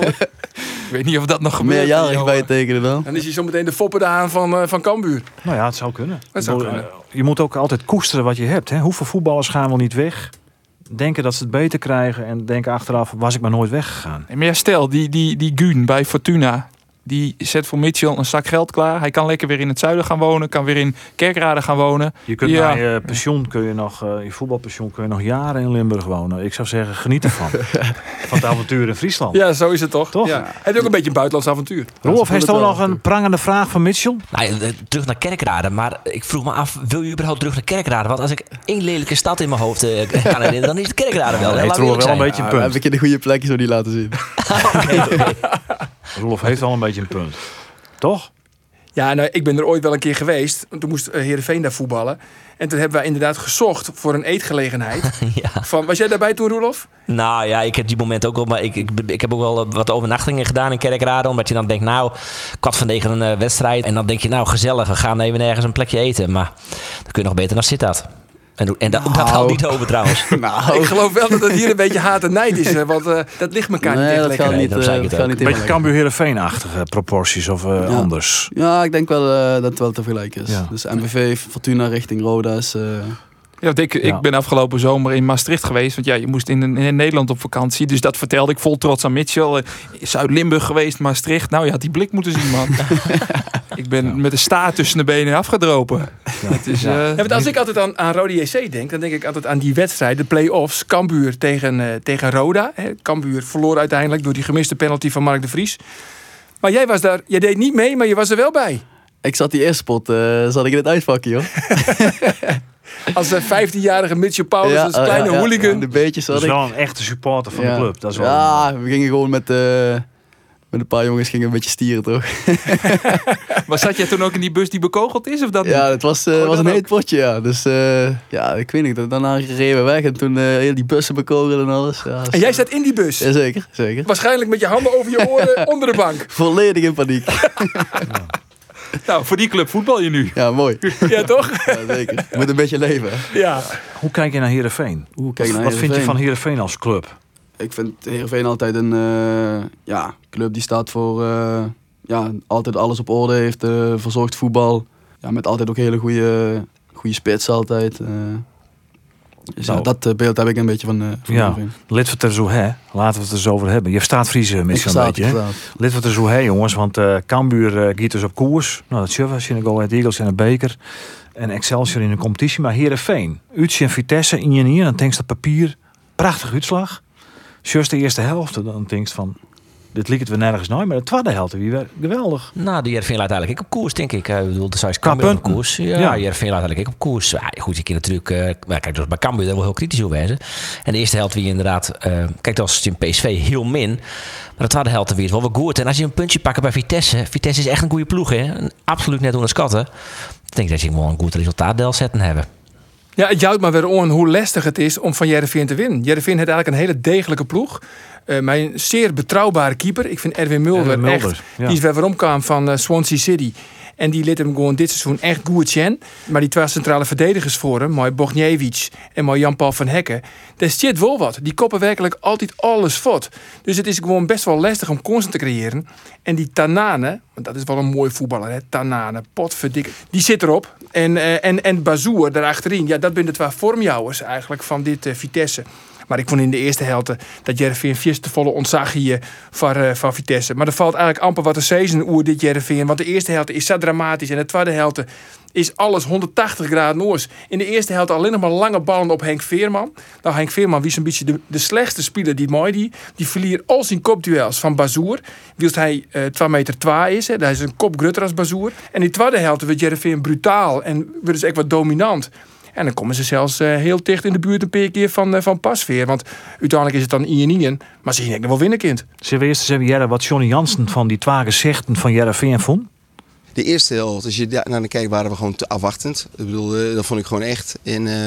Ik weet niet of dat nog gebeurt. Meerjarig bijtekenen dan. Dan is hij zometeen de foppen aan van, uh, van Cambuur. Nou ja, het zou kunnen. Het zou je, kunnen. je moet ook altijd koesteren wat je hebt. Hè? Hoeveel voetballers gaan wel niet weg? Denken dat ze het beter krijgen en denken achteraf, was ik maar nooit weggegaan. Maar ja, stel, die, die, die Guun bij Fortuna, die zet voor Mitchell een zak geld klaar. Hij kan lekker weer in het zuiden gaan wonen, kan weer in Kerkrade gaan wonen. Je kunt ja. naar je pensioen, kun je nog, uh, je voetbalpensioen kun je nog jaren in Limburg wonen. Ik zou zeggen, geniet ervan. Van het avontuur in Friesland. Ja, zo is het toch? toch? Ja. Het is ook een beetje een buitenlands avontuur. Rolf, heeft er nog een prangende vraag van Mitchell? Nou, terug naar Kerkrade, maar ik vroeg me af, wil je überhaupt terug naar Kerkrade? Want als ik één lelijke stad in mijn hoofd uh, kan herinneren, dan is het Kerkrade wel. Ja, heeft wel een beetje een punt. Ja, heb ik in de goede plekje zo die laten zien. okay, okay. Rolf heeft wel een beetje een punt. Toch? Ja, nou, ik ben er ooit wel een keer geweest. Toen moest uh, Heerenveen daar voetballen. En toen hebben wij inderdaad gezocht voor een eetgelegenheid. Ja. Van, was jij daarbij toen, Roelof? Nou ja, ik heb die moment ook wel. Maar ik, ik, ik heb ook wel wat overnachtingen gedaan in Kerkrade. Omdat je dan denkt, nou, kwart van negen een uh, wedstrijd. En dan denk je, nou, gezellig, we gaan even ergens een plekje eten. Maar dan kun je nog beter naar Sittard. En, en dat, nou. dat houdt niet over trouwens. nou. Ik geloof wel dat het hier een beetje haat en nijd is. Want uh, dat ligt elkaar nee, niet echt dat lekker. gaat Nee, niet, dat uh, zei ik dat het gaat ook. niet Een beetje Cambuur-Heerenveen-achtige proporties of uh, ja. anders. Ja, ik denk wel uh, dat het wel te vergelijken is. Ja. Dus M V V, Fortuna richting Roda is... Uh, Ja, want ik, Ja. ik ben afgelopen zomer in Maastricht geweest. Want ja, je moest in, in Nederland op vakantie. Dus dat vertelde ik vol trots aan Mitchell. Uh, Zuid-Limburg geweest, Maastricht. Nou, je had die blik moeten zien, man. Ik ben ja. met de staart tussen de benen afgedropen. Ja. Het is, uh, Ja, want als ik altijd aan, aan Rode J C denk, dan denk ik altijd aan die wedstrijd, de play-offs. Cambuur tegen, uh, tegen Roda. Hè. Cambuur verloor uiteindelijk door die gemiste penalty van Mark de Vries. Maar jij was daar, jij deed niet mee, maar je was er wel bij. ik zat die eerste pot, uh, zat ik in het uitvakje, hoor. Als een vijftienjarige Mitchell Paulus, Ja, als kleine ja, ja, hooligan. De beetjes Dat had is ik. wel een echte supporter van ja. de club. Dat is wel Ja, we gingen gewoon met, uh, met een paar jongens gingen een beetje stieren, toch? Maar zat jij toen ook in die bus die bekogeld is? Of dat Ja, niet? het was, uh, Oh, was dat een ook. heet potje, ja. Dus uh, ja, ik weet niet. Daarna reden we weg en toen uh, heel die bussen bekogeld en alles. Ja, dus, En jij zat in die bus. Ja, zeker, zeker. Waarschijnlijk met je handen over je oren onder de bank. Volledig in paniek. Nou, voor die club voetbal je nu. Ja, mooi. Ja, toch? Ja, zeker. Je moet een beetje leven, hè. Ja. Hoe kijk je naar Heerenveen? Hoe kijk je naar Wat vind je Heerenveen? van Heerenveen als club? Ik vind Heerenveen altijd een uh, ja, club die staat voor uh, ja, altijd alles op orde heeft, uh, verzorgd voetbal. Ja, met altijd ook hele goede, goede spits altijd. Uh, dus Nou. ja, dat uh, beeld heb ik een beetje van, uh, van Ja, Heerenveen. lid van er zo hè. Laten we het er eens over hebben. Je staat Friese Ik misschien versta een het, beetje. ik hè? versta het. Lid van er zo hè, jongens. Want uh, Cambuur uh, gaat dus op koers. Nou, dat zullen we zien. Go Ahead Eagles en een beker. En Excelsior in de competitie. Maar Heerenveen. Utrecht en Vitesse in je nier. Dan denk je dat papier. Prachtig uitslag. Just de eerste helft. Dan denk je van... Dit liep het weer nergens nooit. Maar de tweede helft wie weer geweldig. Nou, de Heerenveen laat eigenlijk ik op koers, denk ik. Uh, ik bedoel, de Sais Qua Cambuur op punten. koers. Ja, Ja. Heerenveen laat eigenlijk ik op koers. Ja, goed, je kan natuurlijk... Uh, maar kijk, dus bij Cambuur daar wel heel kritisch over wezen. En de eerste helft wie inderdaad... Uh, kijk, dat was in P S V heel min. Maar de tweede helft weer is wel weer goed. En als je een puntje pakt bij Vitesse... Vitesse is echt een goede ploeg, hè. Absoluut net onderschatten. Ik denk dat je wel een goed resultaatdeel zetten hebben. Ja, het jouwt maar weer aan hoe lastig het is om van Heerenveen te winnen. Heerenveen heeft eigenlijk een hele degelijke ploeg. Uh, met een zeer betrouwbare keeper. Ik vind Erwin Mulder, Erwin Mulder, echt... ja. Die is weer waarom kwam van uh, Swansea City. En die liet hem gewoon dit seizoen echt goed zien. Maar die twee centrale verdedigers voor hem, mooi Bogniewicz en mooi Jan-Paul van Hekken, daar zit wel wat. Die koppen werkelijk altijd alles fot. Dus het is gewoon best wel lastig om kansen te creëren. En die Tanane, want dat is wel een mooi voetballer, hè? Tanane, potverdikke, die zit erop. En, uh, en, en Bazoer daarachterin, ja, dat zijn de twee vormjouwers eigenlijk van dit uh, Vitesse. Maar ik vond in de eerste helft dat Heerenveen vies te volle ontzag hier van, uh, van Vitesse. Maar er valt eigenlijk amper wat te zeggen oer dit Heerenveen. Want de eerste helft is zo dramatisch. En de tweede helft is alles honderdtachtig graden oors. In de eerste helft alleen nog maar lange ballen op Henk Veerman. Nou, Henk Veerman wie zo'n beetje de, de slechtste speler die mooi die. Die verliert al zijn kopduels van Bazoer. Wils hij uh, twee meter twee is. Hè. Hij is een kop grutter als Bazoer. En in de tweede helft wordt Heerenveen brutaal. En wordt dus echt wat dominant. En dan komen ze zelfs uh, heel dicht in de buurt een paar keer van, uh, van Pasveer. Want uiteindelijk is het dan Ian Ian. Maar ze zien echt nog wel winnen, kind. Zullen we eerst eens even Jelle, wat Johnny Jansen van die twee gezichten van Heerenveen vond? De eerste helft, als je daar naar kijkt, waren we gewoon te afwachtend. Ik bedoel, uh, dat vond ik gewoon echt. En, uh,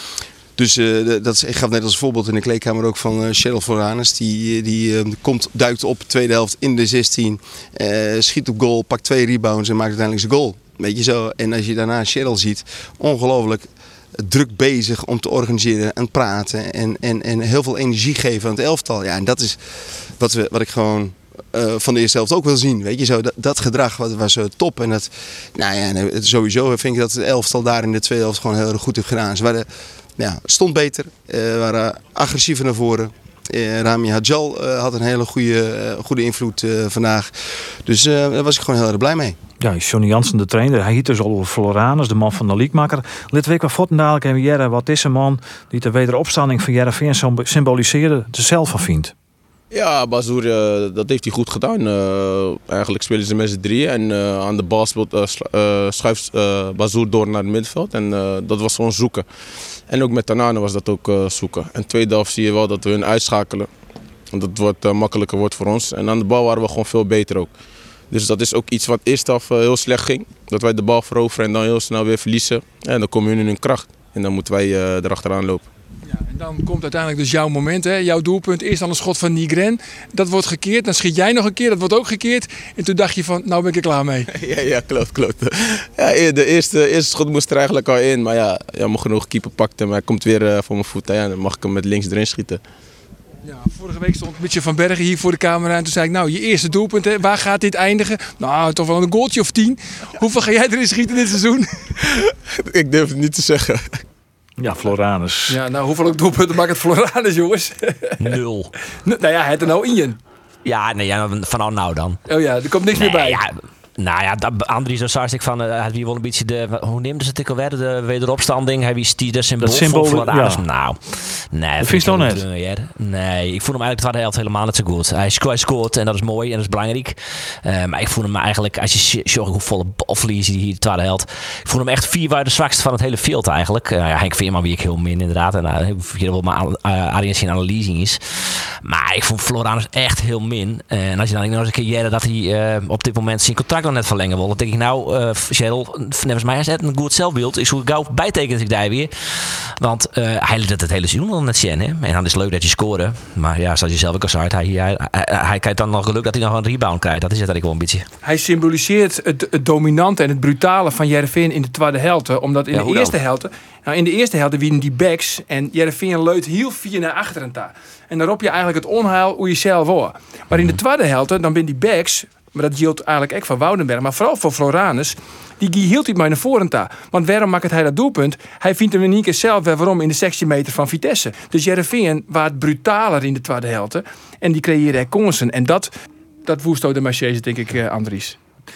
dus uh, dat is, ik gaf net als voorbeeld in de kleedkamer ook van uh, Cheryl Floranus. Die, die uh, komt, duikt op, tweede helft in de zestien. Uh, schiet op goal, pakt twee rebounds en maakt uiteindelijk zijn goal. Weet je zo. En als je daarna Cheryl ziet, ongelooflijk druk bezig om te organiseren en praten. En, en, en heel veel energie geven aan het elftal. Ja, en dat is wat, we, wat ik gewoon uh, van de eerste helft ook wil zien. Weet je zo, dat, dat gedrag wat, was uh, top. En dat, nou ja, sowieso vind ik dat het elftal daar in de tweede helft gewoon heel erg goed heeft gedaan. Ze waren, ja, stond beter, uh, waren agressiever naar voren. Uh, Rami Hadjal uh, had een hele goede, uh, goede invloed uh, vandaag. Dus uh, daar was ik gewoon heel erg blij mee. Ja, Johnny Jansen, de trainer. Hij hiet dus al over Floranus, de man van de liekmaker. Let week wat voort en dadelijk en Jere, wat is een man die de wederopstanding van Heerenveen symboliseerde, er zelf van vindt. Ja, Bazoer, uh, dat heeft hij goed gedaan. Uh, eigenlijk spelen ze met z'n drieën en uh, aan de bal speelt, uh, uh, schuift uh, Bazoer door naar het middenveld. En uh, dat was gewoon zoeken. En ook met Tanane was dat ook uh, zoeken. En tweede helft zie je wel dat we hun uitschakelen. Want dat wordt uh, makkelijker wordt voor ons. En aan de bal waren we gewoon veel beter ook. Dus dat is ook iets wat eerst af uh, heel slecht ging. Dat wij de bal veroveren en dan heel snel weer verliezen. En dan komen hun in hun kracht. En dan moeten wij uh, erachteraan lopen. Ja, en dan komt uiteindelijk dus jouw moment, hè? Jouw doelpunt. Eerst dan een schot van Nigren. Dat wordt gekeerd. Dan schiet jij nog een keer. Dat wordt ook gekeerd. En toen dacht je van, nou ben ik er klaar mee. Ja, ja, klopt, klopt. Ja, de eerste, eerste schot moest er eigenlijk al in. Maar ja, jammer genoeg, keeper pakt hem. Hij komt weer uh, voor mijn voet. Ja, dan mag ik hem met links erin schieten. Ja, vorige week stond Mitchell van Bergen hier voor de camera. En toen zei ik, nou, je eerste doelpunt, hè? Waar gaat dit eindigen? Nou, toch wel een goaltje of tien. Hoeveel ga jij erin schieten dit seizoen? Ik durf het niet te zeggen. Ja, Floranus. Ja, nou, hoeveel doelpunten maakt het Floranus, jongens? Nul. Nou ja, het er nou in je. Ja, nee, ja, van nou dan. Oh ja, er komt niks Nee, meer bij. ja, Nou ja, dat, Andries, daar zei ik van, uh, wie wil een beetje de, hoe neemde ze het ook alweer, de wederopstanding, hij wie die de symbool, dat symbool voor ja. Aders. Nou, nee, dat vind je toch net? Dreuner, nee, ik vond hem eigenlijk de tweede helft helemaal niet zo goed. Hij scoort, hij scoort en dat is mooi en dat is belangrijk. Uh, maar ik vond hem eigenlijk, als je zorgt hoe volle balverlies die hier de tweede helft, ik vond hem echt vier waar de zwakste van het hele veld eigenlijk. Uh, ja, Henk Veerman wie ik heel min inderdaad, en uh, hier wel maar uh, Arjen zijn analyse is. Maar ik vond Floranus echt heel min. Uh, en als je dan nog eens een keer jaren dat hij uh, op dit moment zijn contract nog net verlengen wil, dan denk ik nou, uh, Cheryl, volgens mij is het een goed zelfbeeld. Ik zou gauw bijtekenen ik daar weer. Want uh, hij liet het het hele seizoen al net zien. Hè? En dan is het leuk dat je scoren. Maar ja, zoals je zelf ook al zei, hij, hij, hij, hij krijgt dan nog geluk dat hij nog een rebound krijgt. Dat is het dat ik wel een beetje. Hij symboliseert het, het dominante en het brutale van Heerenveen in de tweede helft. Omdat in Ja, de eerste helft, nou in de eerste helft winnen die backs en Heerenveen leunt heel vier naar achteren daar. En daarop je eigenlijk het onheil hoe je zelf hoort. Maar in de tweede helft, dan ben die backs, maar dat geldt eigenlijk ook voor Woudenberg, maar vooral voor Floranus, die gie hield hij maar naar voren daar. Want waarom maakt hij dat doelpunt? Hij vindt hem in één keer zelf weer waarom in de sectiemeter van Vitesse. Dus Heerenveen was brutaler in de tweede helft. En die creëerde kansen. En dat, dat woest ook de Marseille, denk ik, uh, Andries.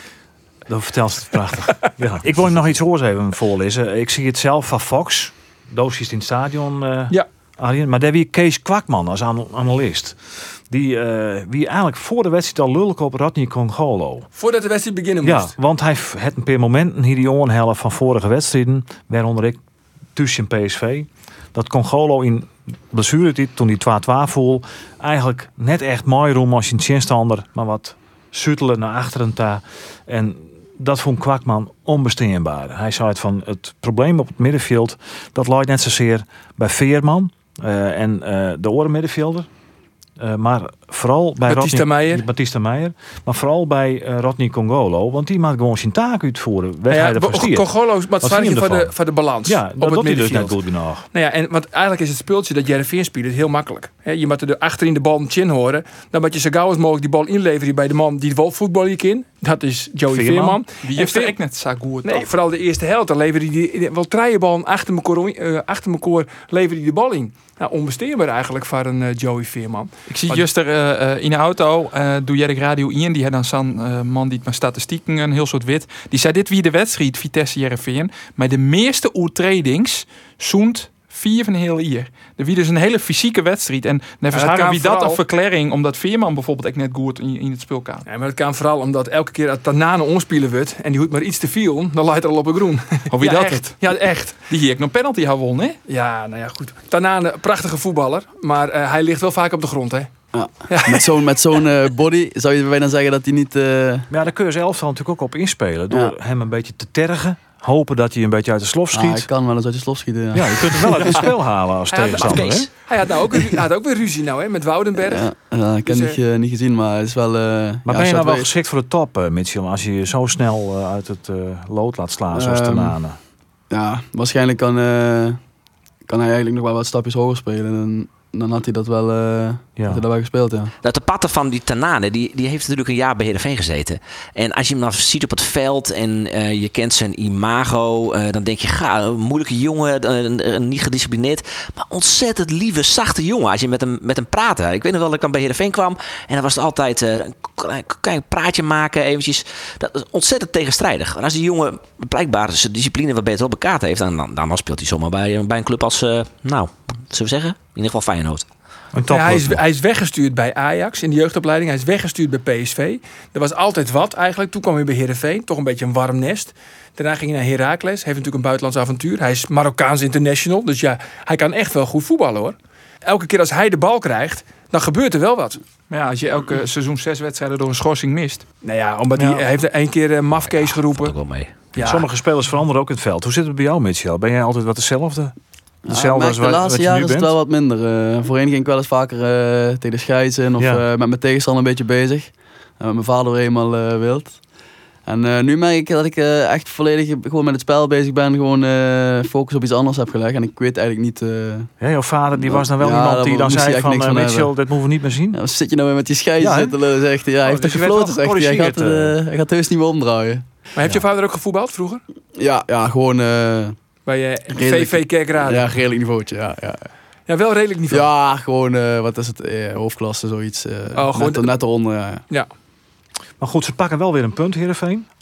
Dan vertel ze het prachtig. Ja. Ik wil nog iets oors even voorlezen. Ik zie het zelf van Fox. Doosjes in het stadion. Uh, ja. Arjen. Maar daar wie Kees Kwakman als an- analist. Die uh, wie eigenlijk voor de wedstrijd al lullig op Rodney Congolo. Voordat de wedstrijd beginnen moest. Ja, want hij had een paar momenten hier die onhelft van vorige wedstrijden. Waaronder ik tussen P S V. Dat Congolo in blessuretijd, toen hij twee-twee voel, eigenlijk net echt mooi roem als een tegenstander, maar wat suttelen naar achteren daar. En dat vond Kwakman onbestaanbaar. Hij zei het van het probleem op het middenveld, dat lag net zozeer bij Veerman uh, en uh, de oren middenvelder. Uh, maar vooral bij Batista Rodney, Meijer. Batista Meijer. Maar vooral bij uh, Rodney Congolo. Want die maakt gewoon zijn taak uitvoeren. Werd ja, hij ervoor stier. Congolo is wat zorg je voor de, voor de balans. Ja, op dat het doet hij dus middenveld. net goed genoeg. Nou ja, en want eigenlijk is het speeltje dat Heerenveen speelt heel makkelijk. He, je moet er achterin de bal een chin horen. Dan moet je zo gauw als mogelijk die bal inleveren bij de man die wel voetbal je kan. Dat is Joey Veerman. Veerman. Die En heeft er Veer- echt net zo goed. Nee, vooral de eerste helft. Dan leverde hij die, wel drie ballen achter elkaar, uh, achter elkaar leverde hij de bal in. Nou, onbestaanbaar eigenlijk voor een uh, Joey Veerman. Ik zie Maar- juist er uh, uh, in de auto, uh, doe jij de radio in, die had dan zo'n uh, man die met statistieken een heel soort wit. Die zei dit wie de wedstrijd Vitesse Heerenveen, maar de meeste oertredings zoent vier van een heel hier. Er wie dus een hele fysieke wedstrijd en nevens Ja, dat haar kan wie dat vooral- een verklaring omdat Veerman bijvoorbeeld ook net goed in, in het spel kan. Ja, maar dat kan vooral omdat elke keer dat Tanane onspelen wordt en die hoeft maar iets te veel, dan leidt er al op een groen. Of wie ja, dat echt. het? Ja, echt. Die hier ook nog penalty had won, hè? Ja, nou ja, goed. Tanane, prachtige voetballer, maar uh, hij ligt wel vaak op de grond, hè? Ja. Met zo'n met zo'n uh, body zou je bijna zeggen dat hij niet... Uh... Maar ja, daar kun je zelf dan natuurlijk ook op inspelen. Door Ja. hem een beetje te tergen. Hopen dat hij een beetje uit de slof Ah, schiet. hij kan wel eens uit de slof schieten. Ja. Ja, je kunt hem wel uit het spel halen als Hij had- tegenstander. Hè? Hij had, nou ook, hij had ook weer ruzie nou, hè, met Woudenberg. Ja, ja, ik heb Dus, niet, uh, niet gezien, maar het is wel... Uh, Maar ben je nou wel geschikt voor de top, uh, Mitchell? Als je je zo snel uh, uit het uh, lood laat slaan zoals Um, Tanane. Ja, waarschijnlijk kan, uh, kan hij eigenlijk nog wel wat stapjes hoger spelen. En dan had hij dat wel, uh, Ja. had hij dat wel gespeeld, ja. Dat de patten van die Tanane, die, die heeft natuurlijk een jaar bij Heerenveen gezeten. En als je hem dan ziet op het veld en uh, je kent zijn imago, uh, dan denk je, ga, een moeilijke jongen, uh, niet gedisciplineerd. Maar ontzettend lieve, zachte jongen als je met hem, met hem praatte. Ik weet nog wel dat ik dan bij Heerenveen kwam en dan was het altijd uh, een klein, klein praatje maken, eventjes. Dat is ontzettend tegenstrijdig. En als die jongen blijkbaar zijn discipline wat beter op elkaar heeft, dan, dan, dan speelt hij zomaar bij, bij een club als, uh, nou, zullen we zeggen, in ieder geval Feyenoord. Een top Ja, hij, is, hij is weggestuurd bij Ajax in de jeugdopleiding. Hij is weggestuurd bij P S V. Er was altijd wat eigenlijk. Toen kwam hij bij Heerenveen. Toch een beetje een warm nest. Daarna ging hij naar Heracles. Heeft natuurlijk een buitenlands avontuur. Hij is Marokkaans international. Dus ja, hij kan echt wel goed voetballen hoor. Elke keer als hij de bal krijgt, dan gebeurt er wel wat. Maar ja, als je elke seizoen zes wedstrijden door een schorsing mist. Nou ja, omdat Ja. hij, hij heeft er één keer uh, mafkees geroepen. Ook wel mee. Ja. Sommige spelers veranderen ook in het veld. Hoe zit het bij jou, Mitchell? Ben jij altijd wat dezelfde? Ja, Hetzelfde ik als merk wat, de laatste wat je jaren nu is het bent? wel wat minder. Uh, voorheen ging ik wel eens vaker uh, tegen de scheids in of Ja. uh, met mijn tegenstander een beetje bezig. Uh, met mijn vader eenmaal uh, wild. En uh, nu merk ik dat ik uh, echt volledig gewoon met het spel bezig ben. Gewoon uh, focus op iets anders heb gelegd. En ik weet eigenlijk niet... Uh, Ja, jouw vader die was dan wel Ja, iemand daar die dan moest hij zei echt van, niks uh, van Mitchell, hebben. dit moeten we niet meer zien. ja, wat zit je nou weer met die scheids Ja, hè? zitten lullen, zegt hij. Ja, hij heeft dus toch je werd gefloten, wel zegt hij. Hij gaat, gecorrigeerd, uh, hij gaat heus niet meer omdraaien. Maar heeft je vader ook gevoetbald vroeger? Ja, ja gewoon... Uh, Bij uh, Redelijk. V V Kerkrade. ja, Ja. redelijk niveautje. Ja, ja. ja, wel redelijk niveau. ja gewoon, uh, wat is het, uh, hoofdklasse, zoiets. Uh, Oh, gewoon net, de- net eronder, ja. Ja. Maar goed, ze pakken wel weer een punt, Heerenveen.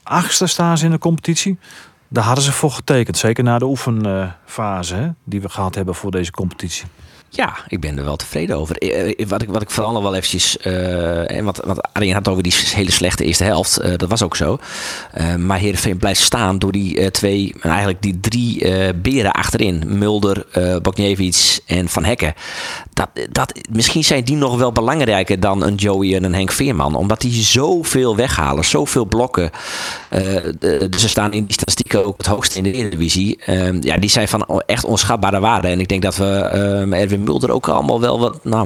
achtste staan ze in de competitie. Daar hadden ze voor getekend. Zeker na de oefenfase hè, die we gehad hebben voor deze competitie. Ja, ik ben er wel tevreden over. Eh, Wat ik, wat ik vooral nog wel eventjes... Uh, en wat, wat Arjen had over die hele slechte eerste helft. Uh, dat was ook zo. Uh, maar Heerenveen blijft staan door die uh, twee... eigenlijk die drie uh, beren achterin. Mulder, uh, Bokniewicz en Van Hekken. Dat, dat, misschien zijn die nog wel belangrijker dan een Joey en een Henk Veerman. Omdat die zoveel weghalen. Zoveel blokken. Uh, de, ze staan in die statistieken ook het hoogst in de Eredivisie. Uh, ja, die zijn van echt onschatbare waarde. En ik denk dat we uh, Erwin Mulder ook allemaal wel wat... Nou,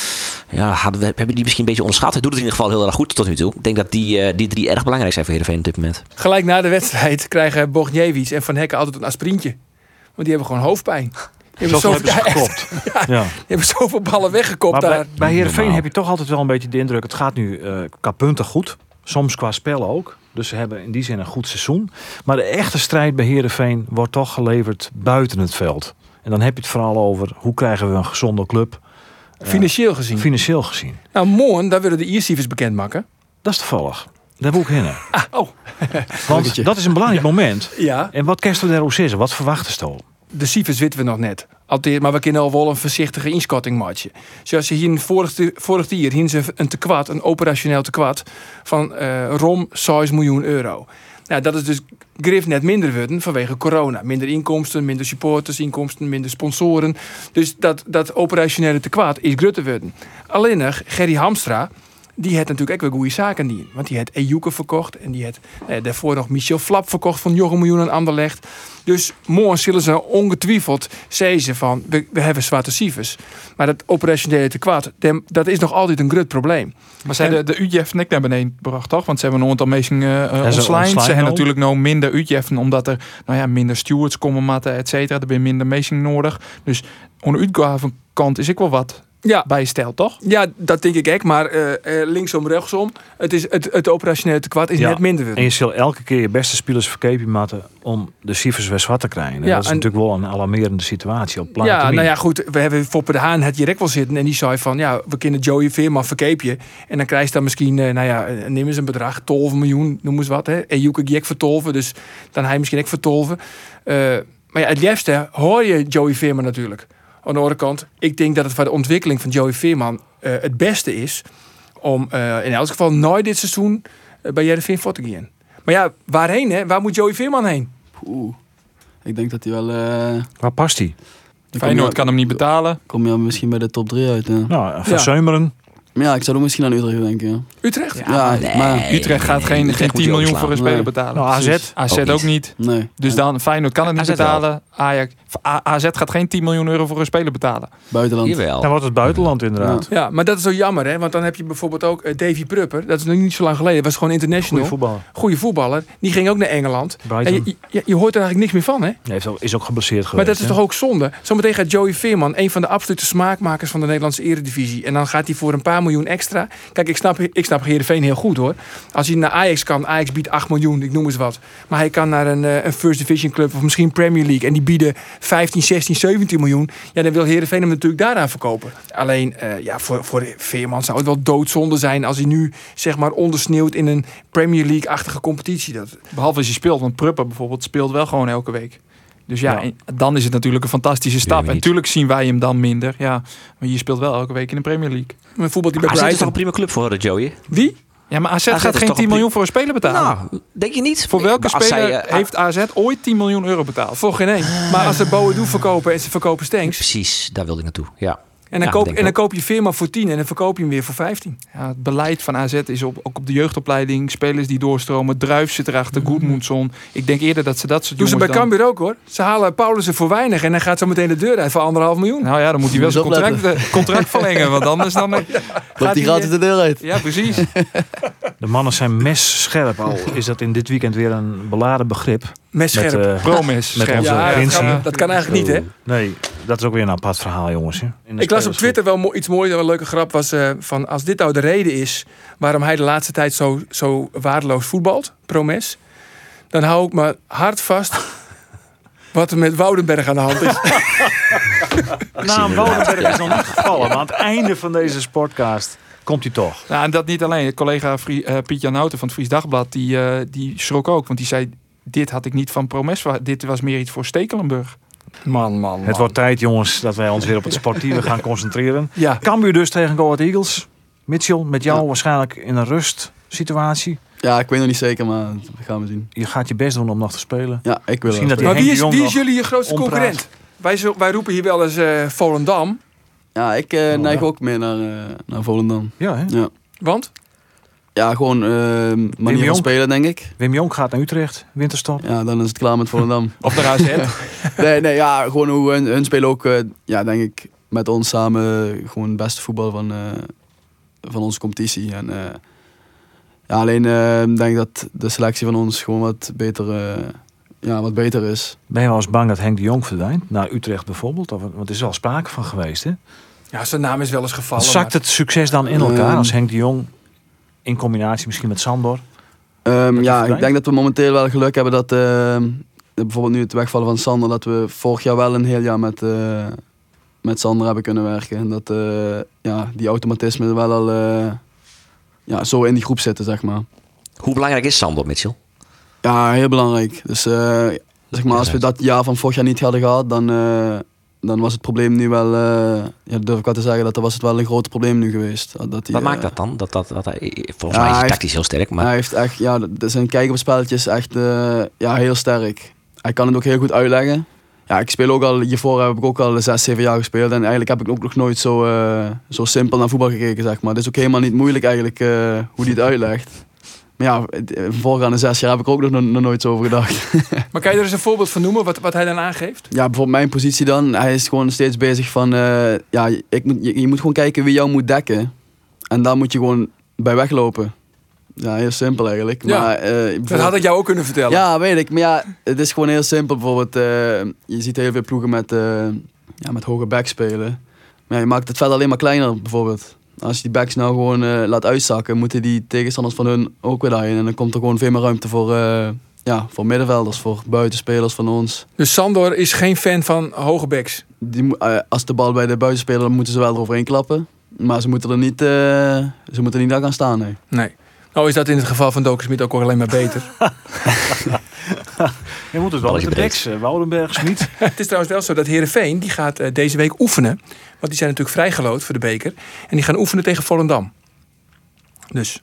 ja, hadden we, hebben die misschien een beetje onderschat. Hij doet het in ieder geval heel erg goed tot nu toe. Ik denk dat die, uh, die drie erg belangrijk zijn voor Heerenveen op dit moment. Gelijk na de wedstrijd krijgen Bokniewicz en Van Hekken altijd een aspirintje. Want die hebben gewoon hoofdpijn. Die hebben, Zoveel zoveel, hebben ze gekopt. ja, Ja. Die hebben zoveel ballen weggekopt Maar daar. bij, bij Heerenveen heb je toch altijd wel een beetje de indruk... het gaat nu uh, qua punten goed. Soms qua spel ook. Dus ze hebben in die zin een goed seizoen. Maar de echte strijd bij Heerenveen wordt toch geleverd buiten het veld. En dan heb je het vooral over hoe krijgen we een gezonde club. Uh, Financieel gezien. Financieel gezien. Nou, morgen, daar willen de Iercijfers bekendmaken. Dat is toevallig. Daar wil ik heen. Ah, oh. Want dat is een belangrijk moment. Ja. En wat kerst we daarover zeggen? Wat verwachten ze al? De cijfers weten we nog net. Altijd, maar we kunnen al wel een voorzichtige inschatting maken. Zoals je hier vorig, vorig jaar hier ze een tekwart, een operationeel tekwart van uh, rom zes miljoen euro. Nou, dat is dus grif net minder worden vanwege corona. Minder inkomsten, minder supportersinkomsten, minder sponsoren. Dus dat, dat operationele tekwart is groter worden. Alleen nog Gerry Hamstra, die had natuurlijk ook wel goede zaken die. Want die had Ejuke verkocht. En die had eh, daarvoor nog Michel Flap verkocht van Jochem Miljoen aan Anderlecht. Dus morgen zullen ze ongetwijfeld zeggen van... we, we hebben zwarte cijfers. Maar dat operationele tekort, dat is nog altijd een groot probleem. Maar ze hebben de U J F net naar beneden gebracht, toch? Want ze hebben een aantal mensen uh, uh, ze ontslijnd. Ze ontslijnd hebben ook. natuurlijk nog minder U J F'en, omdat er nou ja, minder stewards komen matten, et cetera. Er zijn minder mensen nodig. Dus aan de uitgavenkant is ik wel wat... Ja. bijstelt, toch? Ja, dat denk ik ook. Maar uh, uh, linksom, rechtsom. Het, is, het, het operationele tekort is Ja. net minder. En worden. je zult elke keer je beste spelers verkepen matten om de cijfers weer zwart te krijgen. En Ja, dat is en- natuurlijk wel een alarmerende situatie op lange Ja, termijn. nou ja, goed. We hebben Foppe de Haan het direct wel zitten. En die zei van, ja, we kunnen Joey Veerman verkeepje. En dan krijg je dan misschien, uh, nou ja, uh, neem eens een bedrag. twaalf miljoen, noem eens wat. Hè. En Joeke Giek voor twaalf. Dus dan hij misschien ook voor twaalf. Uh, maar ja, het liefste hoor je Joey Veerman natuurlijk. Aan de andere kant, ik denk dat het voor de ontwikkeling van Joey Veerman uh, het beste is om uh, in elk geval nooit dit seizoen uh, bij Heerenveen voor te gaan. Maar ja, waarheen hè? Waar moet Joey Veerman heen? Oeh. Ik denk dat hij wel... eh Waar past hij? dan Feyenoord kom je- kan hem niet betalen. Kom je misschien bij de top drie uit. Ja. Nou, van Ja. Zeumeren. Maar ja, ik zou ook misschien aan Utrecht denken. Ja, Utrecht? ja, maar... Utrecht gaat geen, Utrecht geen moet tien je miljoen overslaan. voor een speler Nee. betalen. Nou, A Z Dus A Z ook ook, niet. niet. Nee. Dus dan Feyenoord kan het niet A Z wel. betalen. Ajax, A- AZ gaat geen tien miljoen euro voor een speler betalen. Buitenland. Jawel. Dan wordt het buitenland inderdaad. Ja, maar dat is zo jammer, hè? Want dan heb je bijvoorbeeld ook uh, Davy Prupper. Dat is nog niet zo lang geleden. Was gewoon international. Goeie voetballer. Goeie voetballer. Die ging ook naar Engeland. Brighton. En je, je, je hoort er eigenlijk niks meer van, hè? Hij heeft ook- is ook geblesseerd geweest. Maar dat is hè? toch ook zonde? Zometeen gaat Joey Veerman, een van de absolute smaakmakers van de Nederlandse Eredivisie. En dan gaat hij voor een paar miljoen extra. Kijk, ik snap, ik snap Heerenveen heel goed, hoor. Als hij naar Ajax kan, Ajax biedt acht miljoen, ik noem eens wat. Maar hij kan naar een, uh, een First Division club of misschien Premier League. En die bieden vijftien, zestien, zeventien miljoen. Ja, dan wil Heerenveen hem natuurlijk daaraan verkopen. Alleen, uh, ja, voor, voor Veerman zou het wel doodzonde zijn als hij nu, zeg maar, ondersneeuwt in een Premier League-achtige competitie. Dat, Behalve als je speelt, want Prupper bijvoorbeeld speelt wel gewoon elke week. Dus ja, Ja. en dan is het natuurlijk een fantastische stap. we En niet. natuurlijk zien wij hem dan minder. Ja, maar je speelt wel elke week in de Premier League. een voetbal die bij A Z is toch Brighton. een prima club voor de Joey? Wie? Ja, maar A Z A Z gaat is geen toch tien een miljoen voor een speler betalen. Nou, denk je niet? Voor welke Als speler zij, eh, heeft A Z ooit tien miljoen euro betaald? Voor geen één. Maar als ze Boadu verkopen en ze verkopen Stenks. Precies, daar wilde ik naartoe. Ja. En dan, Ja, koop, denk en dan ik ook. koop je Veerman voor tien en dan verkoop je hem weer voor vijftien. Ja, het beleid van A Z is op, ook op de jeugdopleiding. Spelers die doorstromen. Druif zit erachter. Goedmoedson. Ik denk eerder dat ze dat soort Doen ze bij jongens dan... Cambuur ook, hoor. Ze halen Paulussen voor weinig en dan gaat zo meteen de deur uit voor anderhalf miljoen. Nou ja, dan moet hij wel zijn Moet je contract, eh, contract verlengen. Want anders dan... eh, Loopt die gratis de deur uit. Ja, precies. De mannen zijn messcherp. Al is dat in dit weekend weer een beladen begrip. Mes Met, scherp. eh, Promes. met scherp. onze ja, dat Rinsie. kan, dat kan eigenlijk niet, hè? Nee, dat is ook weer een apart verhaal, jongens. hè. In de Ik las op spelersgroep. Twitter wel mo- iets moois, een leuke grap was uh, van als dit nou de reden is waarom hij de laatste tijd zo, zo waardeloos voetbalt, Promes, dan hou ik me hard vast wat er met Woudenberg aan de hand is. Naam Woudenberg is nog niet gevallen. Maar aan het einde van deze sportcast komt hij toch. Nou, en dat niet alleen. Collega Vrie, uh, Piet-Jan Houten van het Fries Dagblad, die, uh, die schrok ook. Want die zei, dit had ik niet van Promes. Dit was meer iets voor Stekelenburg. Man, man, man. Het wordt tijd, jongens, dat wij ons weer op het sportieve gaan concentreren. Ja. Cambuur dus tegen Go Ahead Eagles. Mitchell, met jou ja. waarschijnlijk in een rustsituatie. Ja, ik weet nog niet zeker, maar dat gaan we zien. Je gaat je best doen om nog te spelen. Ja, ik wil Misschien dat Maar wie is, wie is nog jullie je grootste ompraat. concurrent? Wij, zo, wij roepen hier wel eens uh, Volendam. Ja, ik uh, oh, neig ja. ook meer naar, uh, naar Volendam. Ja, hè? Ja. Want? Ja, gewoon uh, manier van spelen, denk ik. Wim Jonk gaat naar Utrecht, winterstop. Ja, dan is het klaar met Volendam. Of naar A Z. nee, nee, ja, gewoon hoe hun, hun spelen ook, uh, ja, denk ik, met ons samen gewoon het beste voetbal van, uh, van onze competitie. En, uh, ja, alleen uh, ik denk dat de selectie van ons gewoon wat beter, uh, ja, wat beter is. Ben je wel eens bang dat Henk de Jong verdwijnt? Naar Utrecht bijvoorbeeld? Of, want er is wel sprake van geweest, hè? Ja, zijn naam is wel eens gevallen. Zakt maar... het succes dan in elkaar Um, als Henk de Jong in combinatie misschien met Sandor? Um, ja, verdwijnt? ik denk dat we momenteel wel geluk hebben dat uh, bijvoorbeeld nu het wegvallen van Sander, dat we vorig jaar wel een heel jaar met, uh, met Sander hebben kunnen werken. En dat uh, ja, die automatismen wel al uh, ja, zo in die groep zitten, zeg maar. Hoe belangrijk is Sander, Mitchell? Ja, heel belangrijk. Dus uh, zeg maar, als we dat jaar van vorig jaar niet hadden gehad, dan, uh, dan was het probleem nu wel, uh, ja, durf ik wel te zeggen, dat dan was het wel een groot probleem nu geweest. Dat die, Wat uh, maakt dat dan? Dat, dat, dat hij, volgens ja, mij is hij hij tactisch heeft, heel sterk. Maar... Hij heeft echt, ja, de, zijn kijk op spelletjes is echt uh, ja, heel sterk. Hij kan het ook heel goed uitleggen. Ja, ik speel ook al, hiervoor heb ik ook al zes, zeven jaar gespeeld. En eigenlijk heb ik ook nog nooit zo, uh, zo simpel naar voetbal gekeken, zeg maar. Het is ook helemaal niet moeilijk eigenlijk uh, hoe hij het uitlegt. Maar ja, voorgaande zes jaar heb ik ook nog, nog nooit zo over gedacht. Maar kan je er eens een voorbeeld van noemen, wat, wat hij dan aangeeft? Ja, bijvoorbeeld mijn positie dan. Hij is gewoon steeds bezig van, uh, ja, ik moet, je, je moet gewoon kijken wie jou moet dekken. En daar moet je gewoon bij weglopen. Ja, heel simpel eigenlijk. Ja, maar, uh, dat had ik jou ook kunnen vertellen. Ja, weet ik. Maar ja, het is gewoon heel simpel. Bijvoorbeeld, uh, je ziet heel veel ploegen met, uh, ja, met hoge backs spelen. Maar ja, je maakt het veld alleen maar kleiner, bijvoorbeeld. Als je die backs nou gewoon uh, laat uitzakken, moeten die tegenstanders van hun ook weer daarin. En dan komt er gewoon veel meer ruimte voor, uh, ja, voor middenvelders, voor buitenspelers van ons. Dus Sandor is geen fan van hoge backs? Die, uh, als de bal bij de buitenspeler, dan moeten ze wel eroverheen klappen. Maar ze moeten er niet, uh, ze moeten niet daar gaan staan, nee. Nee. Nou is dat in het geval van Doken Smit ook alleen maar beter. Je moet het wel met de backs, uh, Woudenberg, Smit. Het is trouwens wel zo dat Heerenveen, die gaat uh, deze week oefenen. Want die zijn natuurlijk vrijgeloot voor de beker. En die gaan oefenen tegen Volendam. Dus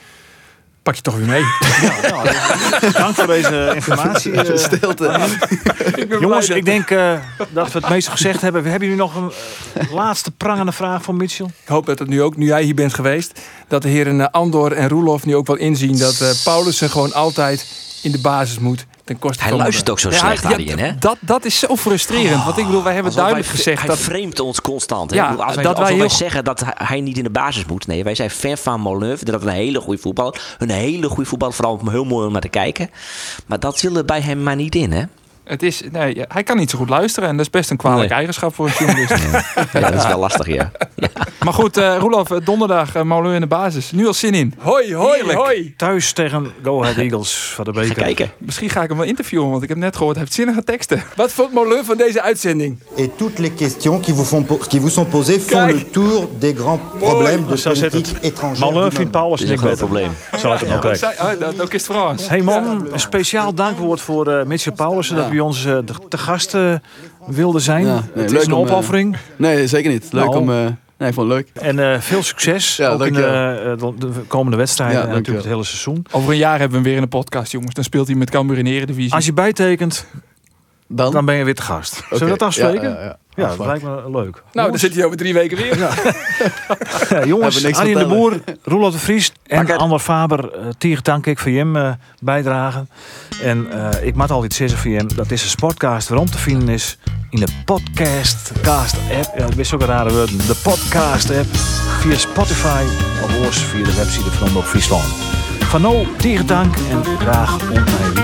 pak je toch weer mee. Ja, nou, dank voor deze informatie. Uh, Stilte. ik Jongens, ik denk uh, dat we het meeste gezegd hebben. Hebben jullie nog een uh, laatste prangende vraag van Mitchell? Ik hoop dat het nu ook, nu jij hier bent geweest, dat de heren uh, Andor en Roelof nu ook wel inzien dat uh, Paulussen gewoon altijd in de basis moet. Ten koste Hij van luistert ook zo ja, slecht, ja, Arjen, hè? Dat, dat is zo frustrerend. Oh, want ik bedoel, wij hebben duidelijk wij, gezegd hij dat... Hij vreemdt ons constant. Hè? Ja, Ik bedoel, als wij, dat als wij wij heel... zeggen dat hij niet in de basis moet. Nee, wij zijn fan van Molyneux. Dat is een hele goede voetbal. Een hele goede voetbal. Vooral heel mooi om naar te kijken. Maar dat zit er bij hem maar niet in, hè? Het is, nee, hij kan niet zo goed luisteren. En dat is best een kwalijke Nee. eigenschap voor een journalist. Ja, dat is wel lastig, ja. ja. Maar goed, uh, Roelof, donderdag uh, Molyneux in de basis. Nu al zin in. Hoi, hoi, Heerlijk. hoi. Thuis tegen Go Ahead Eagles van de beker. Ga kijken. Misschien ga ik hem wel interviewen, want ik heb net gehoord, hij heeft zinnige teksten. Wat vond Molyneux van deze uitzending? Et toutes les questions qui vous, font po- qui vous sont posées font Kijk. le tour des grands problèmes de Zo zit politique het. étrangère. Malheur du vindt moment. Paulus Dat en is ik een groot beter. probleem. Zo het ook Ik zei, oh, dat, ook is het Frans. Hey man, een speciaal dankwoord voor uh, Mitchell Paulussen dat bij ons uh, te, te gast uh, wilde zijn. Ja, nee, het leuk is een om, uh, opoffering. Nee, zeker niet. Leuk Nou. om... Uh, nee, ik vond het leuk. En uh, veel succes. Ja, ook in dank de, uh, de komende wedstrijden Ja, en dank natuurlijk je het hele seizoen. Over een jaar hebben we hem weer in de podcast, jongens. Dan speelt hij met Cambuur in de Eredivisie. Als je bijtekent, Dan? dan ben je weer te gast. Zullen we Oké. dat afspreken? Ja, ja, ja. Ja, dat Afspraak. lijkt me leuk. Nou, dan zit hij over drie weken weer. Ja, Hebben jongens, niks Arjen de vertellen. Boer, Roelof de Vries en Ander Faber, uh, Tier dank ik voor hem uh, bijdragen. En uh, ik moet altijd zeggen voor hem, dat is een sportcast waarom te vinden is in de podcast cast app. Ja, dat is ook een rare woord. De podcast app via Spotify of oors via de website van Omroep Friesland. Van nou, Tier dank en graag ontmoeten.